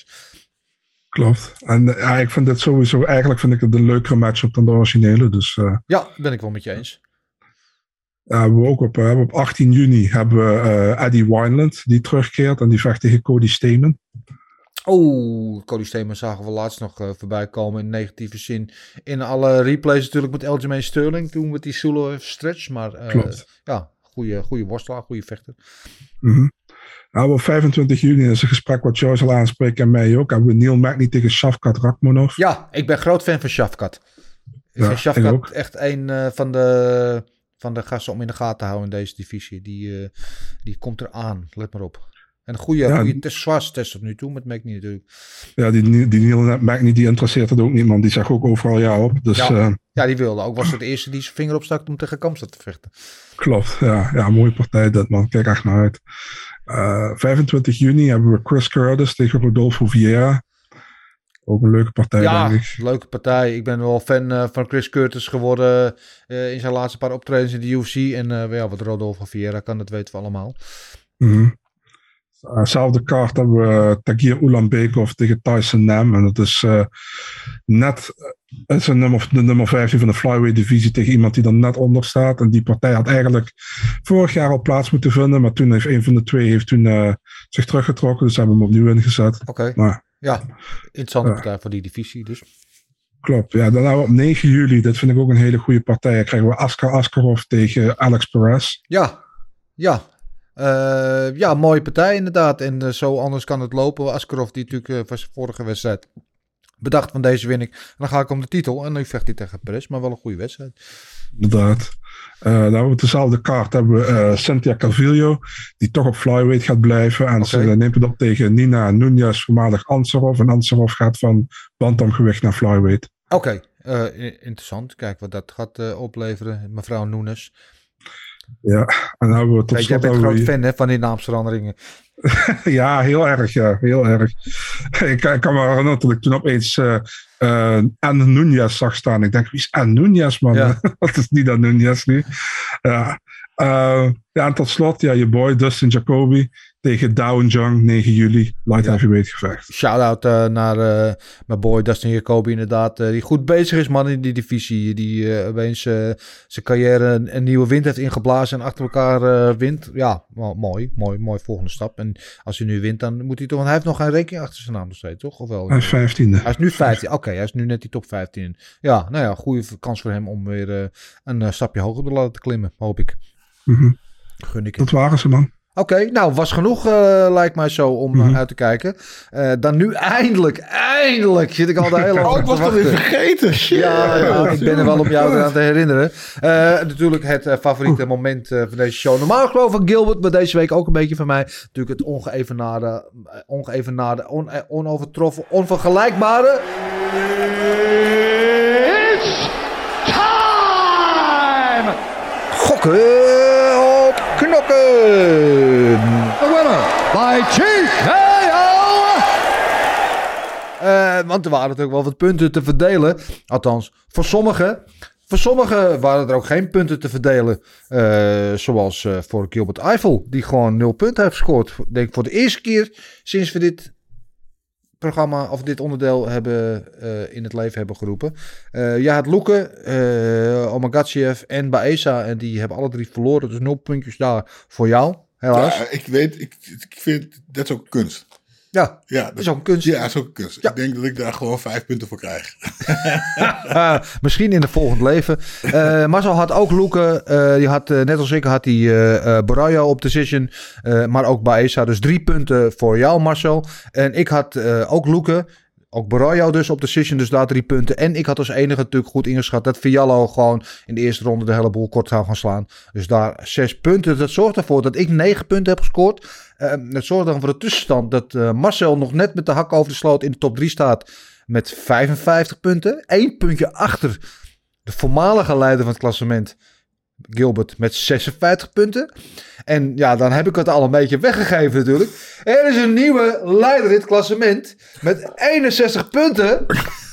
Klopt. En uh, ja, ik vind dit sowieso, eigenlijk vind ik het een leukere matchup dan de originele. Dus, uh, ja, ben ik wel met je eens. Uh, we ook op, uh, op achttien juni hebben we uh, Eddie Wineland die terugkeert en die vecht tegen Cody Stamann. Oh, Cody Stamann zagen we laatst nog uh, voorbij komen in negatieve zin. In alle replays natuurlijk met Aljamain Sterling. Toen met die solo stretch. Maar uh, Klopt. Ja, goede, goede worstelaar, goede vechter. Mm-hmm. Nou, op vijfentwintig juni is een gesprek wat Joyce al aanspreekt en mij ook. Hebben we Neil Magny tegen Shavkat Rakhmonov. Ja, ik ben groot fan van Shavkat. Ik ja, vind Shavkat echt een uh, van de, van de gasten om in de gaten te houden in deze divisie. Die, uh, die komt eraan, let maar op. En een goede, ja, goede test, zwaarste test tot nu toe, met Magny natuurlijk. Ja, die, die Neil Magny die interesseert het ook niet, man. Die zag ook overal ja op. Dus, ja, uh, ja, die wilde. Ook was het de eerste die zijn vinger opstak om tegen Kamstad te vechten. Klopt, ja. Ja, mooie partij dat, man. Kijk echt naar uit. Uh, vijfentwintig juni hebben we Chris Curtis tegen Rodolfo Vieira. Ook een leuke partij, ja, denk ik. leuke partij. Ik ben wel fan uh, van Chris Curtis geworden uh, in zijn laatste paar optredens in de U F C. En uh, ja, wat Rodolfo Vieira kan, dat weten we allemaal. Mm-hmm. Uh, zelfde kaart hebben we uh, Tagir Ulanbekov tegen Tyson Nam. En dat is uh, net Het is een nummer, de nummer vijftien van de flyweight divisie tegen iemand die er net onder staat. En die partij had eigenlijk vorig jaar al plaats moeten vinden. Maar toen heeft een van de twee heeft toen, uh, zich teruggetrokken. Dus ze hebben hem opnieuw ingezet. Oké, okay. Ja, interessante uh, partij voor die divisie dus. Klopt, ja. Dan nou op negen juli, dat vind ik ook een hele goede partij. Dan krijgen we Askar Askarov tegen Alex Perez. Ja, ja. Uh, ja, mooie partij inderdaad. En uh, zo anders kan het lopen. Askarov die natuurlijk uh, was de vorige wedstrijd bedacht van deze win ik. En dan ga ik om de titel. En nu vecht hij tegen Perez, maar wel een goede wedstrijd. Inderdaad. Uh, dan hebben we op dezelfde kaart hebben we uh, Cynthia Calvillo, die toch op flyweight gaat blijven. En okay. Ze neemt het op tegen Nina Nunes, voormalig Ansarov. En Ansarov gaat van bantamgewicht naar flyweight. Oké, okay. uh, interessant. Kijk wat dat gaat uh, opleveren, mevrouw Nunes. Ja, en dan hebben we tot slot... Jij bent een groot fan hè, van die naamsveranderingen. Ja, heel erg, ja. Heel erg. Ik, ik kan me herinneren dat ik toen opeens uh, uh, Anne Nunes zag staan. Ik denk, wie is Anne Nunes, man? Ja. Dat is niet Anne Nunes nu. Ja. Uh, ja, en tot slot, ja, je boy Dustin Jacoby tegen Dawn Jung, negen juli, light ja. heavyweight gevecht. Shout-out uh, naar uh, mijn boy Dustin Jacoby inderdaad, uh, die goed bezig is man in die divisie, die uh, opeens uh, zijn carrière een, een nieuwe wind heeft ingeblazen en achter elkaar uh, wint. Ja, well, mooi, mooi, mooi volgende stap. En als hij nu wint, dan moet hij toch, want hij heeft nog geen rekening achter zijn naam nog steeds, toch? Of wel? Hij is vijftiende. Hij is nu vijftien, oké, okay, hij is nu net die top vijftien. Ja, nou ja, goede kans voor hem om weer uh, een uh, stapje hoger te laten klimmen, hoop ik. Mm-hmm. Gun ik dat waren ze, man. Oké, okay, nou, was genoeg, uh, lijkt mij zo, om mm-hmm. uh, uit te kijken. Uh, dan nu eindelijk, eindelijk zit ik al de hele tijd oh, ik was toch weer vergeten. Shit. Ja, ja, ik ben er wel op jou aan te herinneren. Uh, natuurlijk het uh, favoriete uh. moment uh, van deze show. Normaal geloof ik Gilbert, maar deze week ook een beetje van mij. Natuurlijk het ongeëvenaarde, uh, ongeëvenaarde, on, uh, onovertroffen, onvergelijkbare... It's time! Gokken! Knokken! The winner by T K O! Uh, want er waren natuurlijk wel wat punten te verdelen. Althans, voor sommigen. Voor sommigen waren er ook geen punten te verdelen. Uh, zoals uh, voor Gilbert Eiffel. Die gewoon nul punten heeft gescoord. Denk ik voor de eerste keer sinds we dit programma of dit onderdeel hebben uh, in het leven hebben geroepen. Uh, ja, het Luke, uh, Omagatiev en Baeza. En die hebben alle drie verloren. Dus nul puntjes daar voor jou. Helaas. Ja, ik weet, ik, ik vind dat is ook kunst. Ja, ja dat is ook een kunst. Ja, dat is ook een kunst. Ja. Ik denk dat ik daar gewoon vijf punten voor krijg. uh, misschien in het volgend leven. Uh, Marcel had ook Luke. Uh, die had, uh, net als ik had hij uh, uh, Borrajo op decision. Uh, maar ook Baeza. Dus drie punten voor jou, Marcel. En ik had uh, ook Luke. Ook Borrajo dus op decision, dus daar drie punten. En ik had als enige natuurlijk goed ingeschat dat Fiallo gewoon in de eerste ronde de hele boel kort zou gaan slaan. Dus daar zes punten. Dat zorgt ervoor dat ik negen punten heb gescoord. Uh, dat zorgt dan voor de tussenstand dat uh, Marcel nog net met de hak over de sloot in de top drie staat met vijfenvijftig punten. Eén puntje achter de voormalige leider van het klassement, Gilbert, met zesenvijftig punten. En ja, dan heb ik het al een beetje weggegeven natuurlijk. Er is een nieuwe leider in het klassement met eenenzestig punten.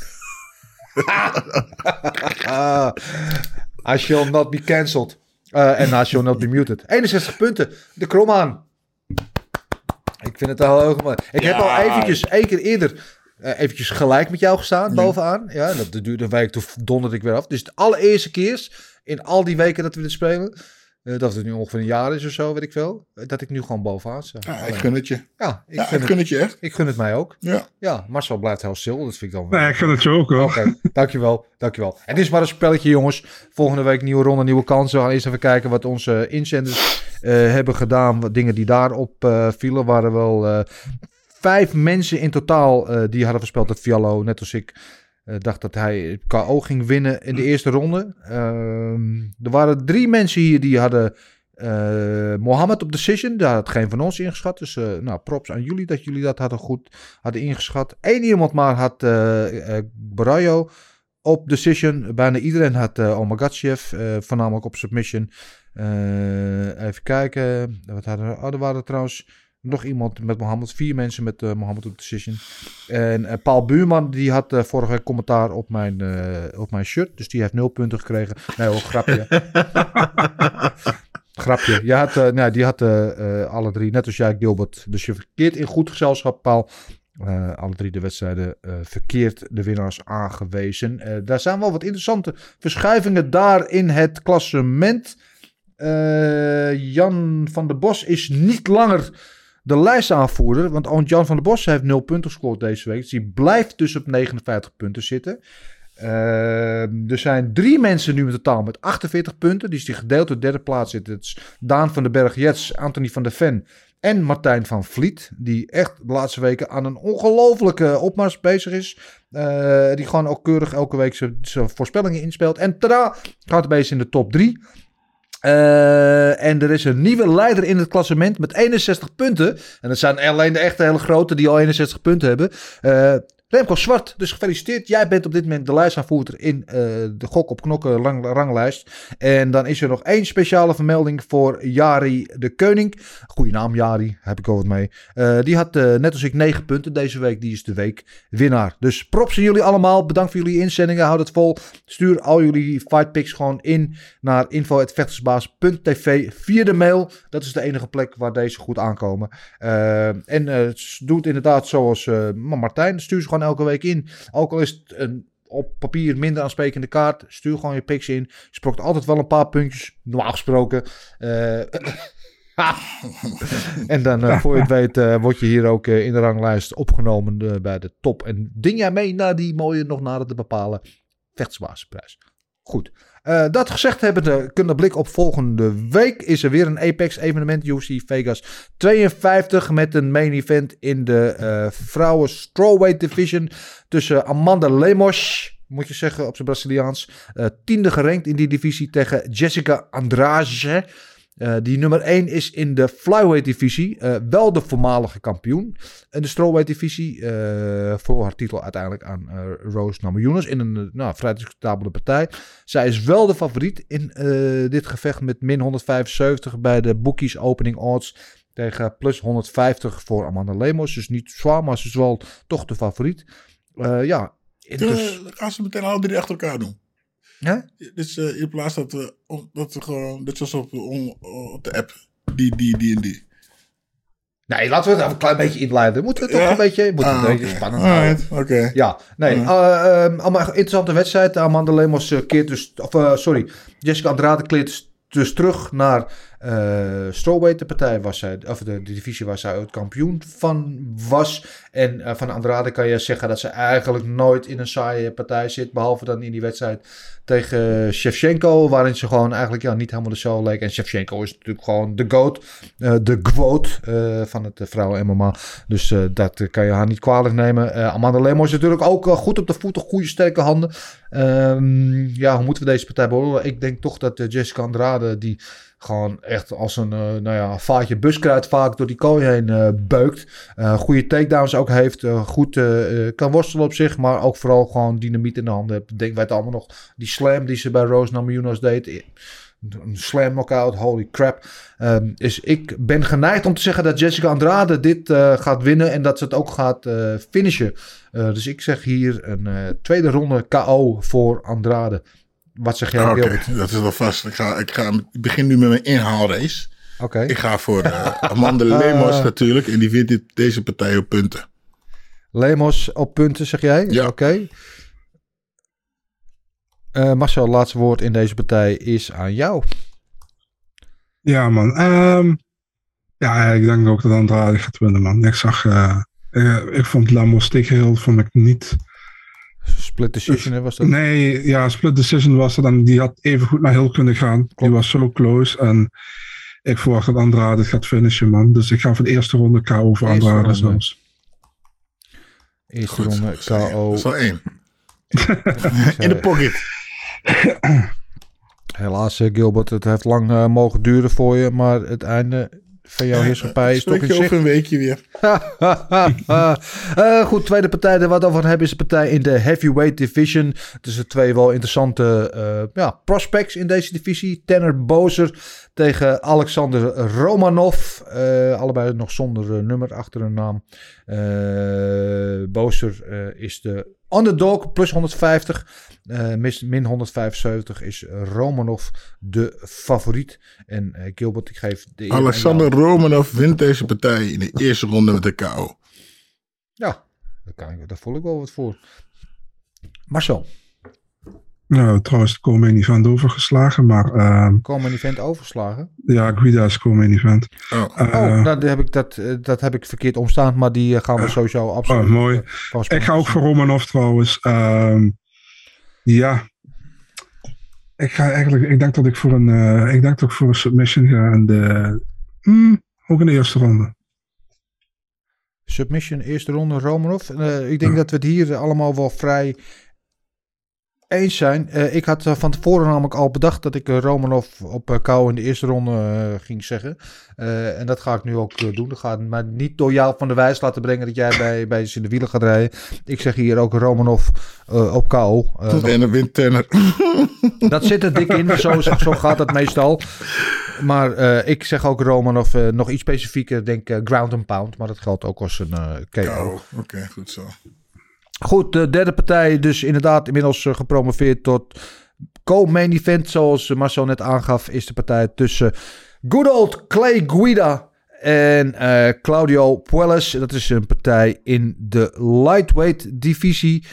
I shall not be cancelled. Uh, en I shall not be muted. eenenzestig punten. De Kromaan. Ik vind het al heel mooi. Ik ja. heb al eventjes, één keer eerder, uh, eventjes gelijk met jou gestaan ja. bovenaan. Ja, dat duurde een week, toen donderde ik weer af. Dus de allereerste keer in al die weken dat we dit spelen, uh, dat het nu ongeveer een jaar is of zo, weet ik veel, dat ik nu gewoon bovenaan sta. Ja, ik gun het je. Ja, ik, ja, gun, ik gun het, het je echt. Ik gun het mij ook. Ja. Ja, Marcel blijft heel stil, dat vind ik dan... Nee, ik gun het je ook hoor. Oké, okay, dankjewel, dankjewel. Het is maar een spelletje jongens. Volgende week nieuwe ronde, nieuwe kansen. We gaan eerst even kijken wat onze inzenders uh, hebben gedaan. Wat dingen die daarop uh, vielen, waren wel uh, vijf mensen in totaal uh, die hadden voorspeld dat Fiallo, net als ik, Uh, dacht dat hij K O ging winnen in de eerste ronde. Uh, er waren drie mensen hier die hadden uh, Mohammed op decision. Daar had geen van ons ingeschat. Dus uh, nou, props aan jullie dat jullie dat hadden goed hadden ingeschat. Eén iemand maar had uh, uh, Borrajo op decision. Bijna iedereen had uh, Omagatiev, uh, voornamelijk op submission. Uh, even kijken. Wat hadden we? Oh, er waren trouwens nog iemand met Mohammed. Vier mensen met uh, Mohammed op decision. En uh, Paul Buurman, die had uh, vorige week commentaar op mijn, uh, op mijn shirt. Dus die heeft nul punten gekregen. Nee hoor, grapje. grapje. Je had, uh, nee, die had uh, uh, alle drie, net als jij Gilbert. Dus je verkeert in goed gezelschap, Paul. Uh, alle drie de wedstrijden uh, verkeerd de winnaars aangewezen. Uh, daar zijn wel wat interessante verschuivingen daar in het klassement. Uh, Jan van der Bos is niet langer de lijstaanvoerder. Want Jan van der Bos heeft nul punten gescoord deze week. Dus hij blijft dus op negenenvijftig punten zitten. Uh, er zijn drie mensen nu in totaal met achtenveertig punten. Dus die gedeeld door de derde plaats zitten. Het is Daan van den Berg Jets, Anthony van der Ven en Martijn van Vliet. Die echt de laatste weken aan een ongelofelijke opmars bezig is. Uh, die gewoon ook keurig elke week zijn voorspellingen inspeelt. En tada, gaat bezig in de top drie. Uh, en er is een nieuwe leider in het klassement met eenenzestig punten. En dat zijn alleen de echte hele grote die al eenenzestig punten hebben. Uh, Remco Zwart, dus gefeliciteerd. Jij bent op dit moment de lijstaanvoerder in uh, de Gok op Knokken rang, ranglijst. En dan is er nog één speciale vermelding voor Jari de Keuning. Goeie naam Jari, heb ik al wat mee. Uh, die had uh, net als ik negen punten deze week. Die is de week winnaar. Dus props aan jullie allemaal. Bedankt voor jullie inzendingen. Houd het vol. Stuur al jullie fightpicks gewoon in naar info at vechtersbaas punt t v via de mail. Dat is de enige plek waar deze goed aankomen. Uh, en uh, doe het inderdaad zoals uh, Martijn. Stuur ze gewoon elke week in. Ook al is het een op papier minder aansprekende kaart. Stuur gewoon je picks in. Je sprokt altijd wel een paar puntjes. Normaal gesproken. Uh, en dan, uh, voor je het weet, uh, word je hier ook uh, in de ranglijst opgenomen uh, bij de top. En ding jij mee naar die mooie, nog nader te bepalen vechtersbasisprijs. Goed. Uh, dat gezegd hebbende, kunnen blik op volgende week. Is er weer een Apex evenement, U F C Vegas tweeënvijftig. Met een main event in de uh, vrouwen strawweight division. Tussen Amanda Lemos, moet je zeggen op zijn Braziliaans. Uh, tiende gerankt in die divisie tegen Jessica Andrade. Uh, die nummer één is in de flyweight divisie. Uh, wel de voormalige kampioen. In de strawweight divisie. Uh, verloor haar titel uiteindelijk aan uh, Rose Namajunas. In een uh, nou, vrij discutabele partij. Zij is wel de favoriet in uh, dit gevecht met min honderdvijfenzeventig bij de bookies opening odds. Tegen plus honderdvijftig voor Amanda Lemos. Dus niet zwaar, maar ze is wel toch de favoriet. Uh, ja. Dus... Uh, gaan ze meteen alle drie achter elkaar doen. Ja? Dus uh, in plaats dat we, dat we gewoon, dat zoals op, on, op de app, die, die, die en die. Nee, laten we het even een klein beetje inleiden. Moeten we het ja? toch een beetje, moet het ah, een beetje okay. spannend houden. Oké. Okay. Ja, nee, uh, uh, um, allemaal interessante wedstrijd. Amanda Lemos uh, keert dus, of uh, sorry, Jessica Andrade keert dus terug naar uh, strawweight, de partij was zij, of de, de divisie waar zij het kampioen van was. En uh, van Andrade kan je zeggen dat ze eigenlijk nooit in een saaie partij zit, behalve dan in die wedstrijd tegen Shevchenko, waarin ze gewoon eigenlijk ja, niet helemaal de show leek. En Shevchenko is natuurlijk gewoon de goat, uh, de GOAT uh, van het uh, vrouwen M M A. Dus uh, dat uh, kan je haar niet kwalijk nemen. Uh, Amanda Lemos is natuurlijk ook uh, goed op de voeten, goede sterke handen. Um, ja, hoe moeten we deze partij beoordelen? Ik denk toch dat uh, Jessica Andrade, die gewoon echt als een uh, nou ja, vaatje buskruid vaak door die kooi heen uh, beukt. Uh, goede takedowns ook heeft. Uh, goed uh, kan worstelen op zich. Maar ook vooral gewoon dynamiet in de handen heeft. Denken wij het allemaal nog. Die slam die ze bij Rose Namajunas deed. Een slam knockout. Holy crap. Um, dus ik ben geneigd om te zeggen dat Jessica Andrade dit uh, gaat winnen. En dat ze het ook gaat uh, finishen. Uh, dus ik zeg hier een uh, tweede ronde K O voor Andrade. Wat zeg jij? Oké, okay, dat is wel vast. Ik, ga, ik, ga, ik begin nu met mijn inhaalrace. Oké. Okay. Ik ga voor uh, Amanda Lemos uh, natuurlijk. En die wint dit, deze partij op punten. Lemos op punten, zeg jij? Ja. Oké. Okay. Uh, Marcel, het laatste woord in deze partij is aan jou. Ja, man. Um, ja, ik denk ook dat Andrade gaat winnen, man. Ik zag... Uh, uh, ik vond Lemos tegen heel... vond ik niet... Split decision, was dat? Nee, ja, split decision was het. En die had even goed naar heel kunnen gaan. Klopt. Die was zo close. En ik verwacht dat Andrade het gaat finishen, man. Dus ik ga voor de eerste ronde K O voor eerste Andrade zelfs. Eerste goed, ronde K O. Dat is al één. In de pocket. Helaas, Gilbert. Het heeft lang uh, mogen duren voor je. Maar het einde... van jouw heerschappij is toch in zicht. Over een weekje weer. uh, goed, tweede partij die we het over hebben is de partij in de heavyweight division. Tussen twee wel interessante uh, ja, prospects in deze divisie. Tanner Boser tegen Alexander Romanov. Uh, allebei nog zonder uh, nummer achter hun naam. Uh, Boser uh, is de underdog, plus honderdvijftig. Uh, min honderdvijfenzeventig is Romanov de favoriet. En uh, Gilbert, ik geef de Alexander Romanov wint deze partij in de eerste ronde met de K O. Ja, daar, kan ik, daar voel ik wel wat voor. Marcel. Nou, trouwens, de co-main event overgeslagen, maar... Uh, co-main event overgeslagen? Ja, Guida is co-main event. Oh, uh, oh dat, heb ik, dat, dat heb ik verkeerd omstaan, maar die gaan we sowieso absoluut... Oh, mooi. Ik ga ook voor Romanov trouwens. Uh, ja... Ik ga eigenlijk, ik denk dat ik voor een, uh, ik denk dat ik voor een submission ga en de, mm, ook in de eerste ronde. Submission, eerste ronde, Romanov. Uh, ik denk ja. dat we het hier allemaal wel vrij eens zijn. Uh, ik had uh, van tevoren namelijk al bedacht dat ik uh, Romanov op uh, kou in de eerste ronde uh, ging zeggen. Uh, en dat ga ik nu ook uh, doen. Dat gaat maar niet door jou van de wijs laten brengen dat jij bij, bij in de wielen gaat rijden. Ik zeg hier ook Romanov uh, op kou. Uh, en een windtenner. Dat zit er dik in. Zo, zo gaat het meestal. Maar uh, ik zeg ook Romanov uh, nog iets specifieker. Denk uh, ground and pound. Maar dat geldt ook als een uh, K O. Oh, Oké, okay, goed zo. Goed, de derde partij dus inderdaad inmiddels uh, gepromoveerd tot co-main event. Zoals Marcel net aangaf, is de partij tussen good old Clay Guida en uh, Claudio Puelles. Dat is een partij in de lightweight divisie.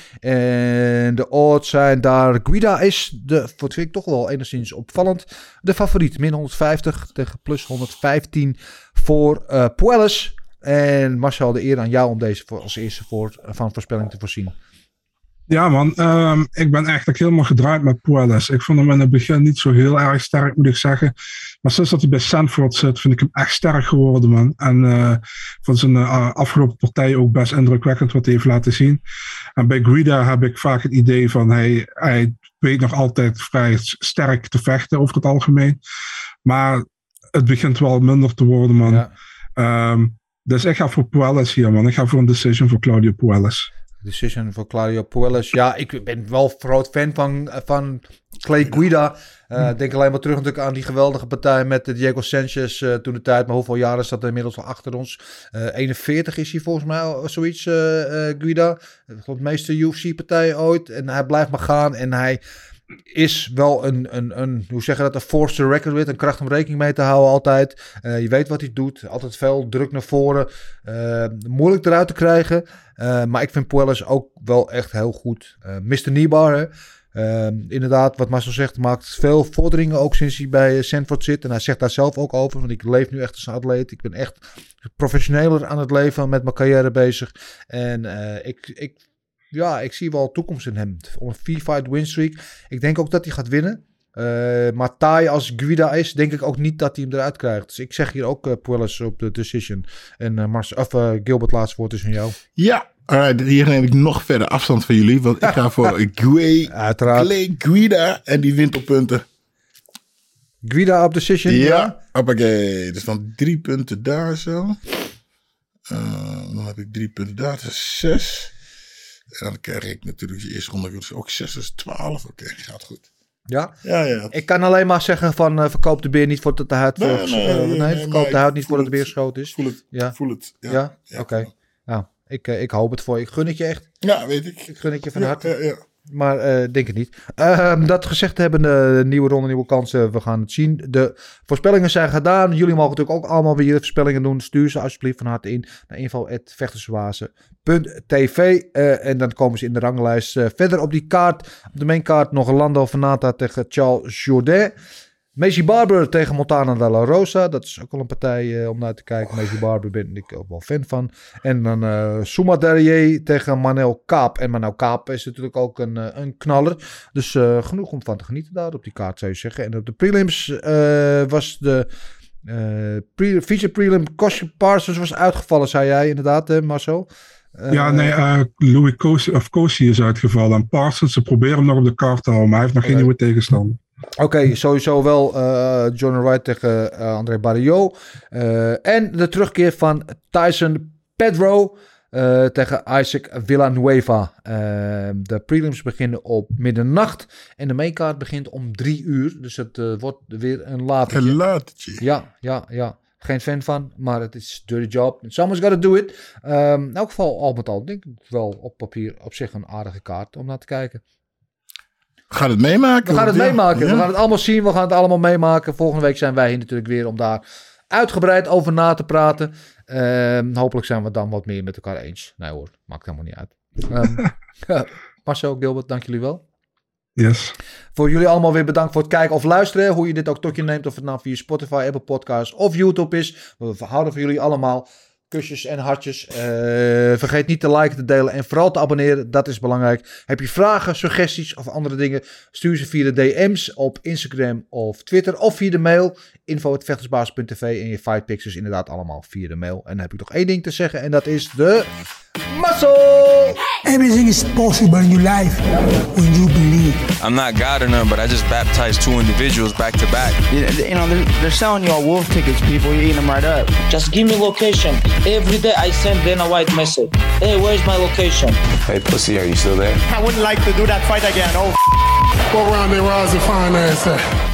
En de odds zijn daar... Guida is, de, wat vind ik toch wel enigszins opvallend, de favoriet. min honderdvijftig tegen plus honderdvijftien voor uh, Puelles. En Marcel, de eer aan jou om deze voor, als eerste voor, van voorspelling te voorzien. Ja man, um, ik ben eigenlijk helemaal gedraaid met Puelles. Ik vond hem in het begin niet zo heel erg sterk, moet ik zeggen. Maar sinds dat hij bij Sanford zit, vind ik hem echt sterk geworden, man. En uh, van zijn uh, afgelopen partij ook best indrukwekkend wat hij heeft laten zien. En bij Guida heb ik vaak het idee van, hij, hij weet nog altijd vrij sterk te vechten over het algemeen. Maar het begint wel minder te worden, man. Ja. Um, Dus ik ga voor Puelles hier, man. Ik ga voor een decision voor Claudio Puelles. Decision voor Claudio Puelles. Ja, ik ben wel groot fan van, van Clay Guida. Uh, hm. Denk alleen maar terug natuurlijk aan die geweldige partij met Diego Sanchez uh, toen de tijd. Maar hoeveel jaren staat er inmiddels al achter ons? Uh, eenenveertig is hij volgens mij zoiets, uh, uh, Guida. De meeste U F C-partijen ooit. En hij blijft maar gaan en hij... is wel een, een, een, hoe zeg je dat, een force to record with, een kracht om rekening mee te houden altijd. Uh, je weet wat hij doet, altijd veel druk naar voren, uh, moeilijk eruit te krijgen. Uh, maar ik vind Puelles ook wel echt heel goed. Uh, mister Nibar, hè. Uh, inderdaad, wat Marcel zegt, maakt veel vorderingen ook sinds hij bij Sanford zit. En hij zegt daar zelf ook over, want ik leef nu echt als een atleet. Ik ben echt professioneler aan het leven, met mijn carrière bezig. En uh, ik... ik Ja, ik zie wel toekomst in hem. Om een vier-fight win streak. Ik denk ook dat hij gaat winnen. Uh, maar taai als Guida is, denk ik ook niet dat hij hem eruit krijgt. Dus ik zeg hier ook uh, Puelles op de decision. En uh, Mars, of, uh, Gilbert, laatste woord is van jou. Ja, alright, hier neem ik nog verder afstand van jullie. Want ik ga voor Guida, Clay Guida. En die wint op punten. Guida op decision? Ja, ja. Hoppakee. Dus dan drie punten daar zo. Uh, dan heb ik drie punten daar. Dat is zes. En dan krijg ik natuurlijk de eerste ronde dus ook zes, dus twaalf. Oké, okay, gaat goed. Ja? Ja, ja. Ik kan alleen maar zeggen van uh, verkoop de beer niet voordat de huid... Nee, nee, nee, nee, nee verkoop de huid niet voordat de beer geschoten is. Voel het, ja. voel het. Ja, ja? ja oké. Okay. Nou, ik, uh, ik hoop het voor je. Ik gun het je echt. Ja, weet ik. Ik gun het je van ja, harte. Ja, ja. Maar uh, denk het niet. Uh, dat gezegd hebben, de nieuwe ronde, nieuwe kansen. We gaan het zien. De voorspellingen zijn gedaan. Jullie mogen natuurlijk ook allemaal weer voorspellingen doen. Stuur ze alsjeblieft van harte in naar info at vechterswazen punt t v. Uh, en dan komen ze in de ranglijst. Uh, verder op die kaart, op de main kaart nog Lando Venata tegen Charles Jourdain. Macy Barber tegen Montana de la Rosa. Dat is ook wel een partij uh, om naar te kijken. Macy Barber ben ik ook wel fan van. En dan uh, Souma Derrier tegen Manel Kaap. En Manel Kaap is natuurlijk ook een, uh, een knaller. Dus uh, genoeg om van te genieten daar op die kaart, zou je zeggen. En op de prelims uh, was de uh, pre- feature prelim Cosje Parsons was uitgevallen, zei jij inderdaad, hè, Marcel? Uh, ja, nee, uh, Louis Cosi, of Cosi is uitgevallen. En Parsons, ze proberen hem nog op de kaart te houden, maar hij heeft nog okay. geen nieuwe tegenstander. Oké, okay, sowieso wel uh, John Wright tegen uh, André Barriot. Uh, en de terugkeer van Tyson Pedro uh, tegen Isaac Villanueva. Uh, de prelims beginnen op middernacht. En de maincard begint om drie uur. Dus het uh, wordt weer een latertje. Een latertje. Ja, ja, ja. Geen fan van, maar het is dirty job. Someone's got to do it. Um, in elk geval, al met al, denk ik wel op papier op zich een aardige kaart om naar te kijken. We gaan het meemaken. We gaan het ja. meemaken. Ja. We gaan het allemaal zien. We gaan het allemaal meemaken. Volgende week zijn wij hier natuurlijk weer om daar uitgebreid over na te praten. Uh, hopelijk zijn we dan wat meer met elkaar eens. Nee hoor, maakt helemaal niet uit. Um, Marcel, Gilbert, dank jullie wel. Yes. Voor jullie allemaal weer bedankt voor het kijken of luisteren. Hoe je dit ook tot je neemt. Of het nou via Spotify, Apple Podcasts of YouTube is. We houden van jullie allemaal. Kusjes en hartjes. Uh, vergeet niet te liken, te delen en vooral te abonneren. Dat is belangrijk. Heb je vragen, suggesties of andere dingen? Stuur ze via de D M's op Instagram of Twitter. Of via de mail. info at vechtersbaas punt t v. En je fightpics dus inderdaad allemaal via de mail. En dan heb ik nog één ding te zeggen. En dat is de... Muscle! Everything is possible in your life when you believe. I'm not God or none, but I just baptized two individuals back to back. You, you know, they're, they're selling you all wolf tickets, people. You're eating them right up. Just give me location. Every day I send Dana White message. Hey, where's my location? Hey, pussy, are you still there? I wouldn't like to do that fight again. Oh, Go around there, where's the fine ass at?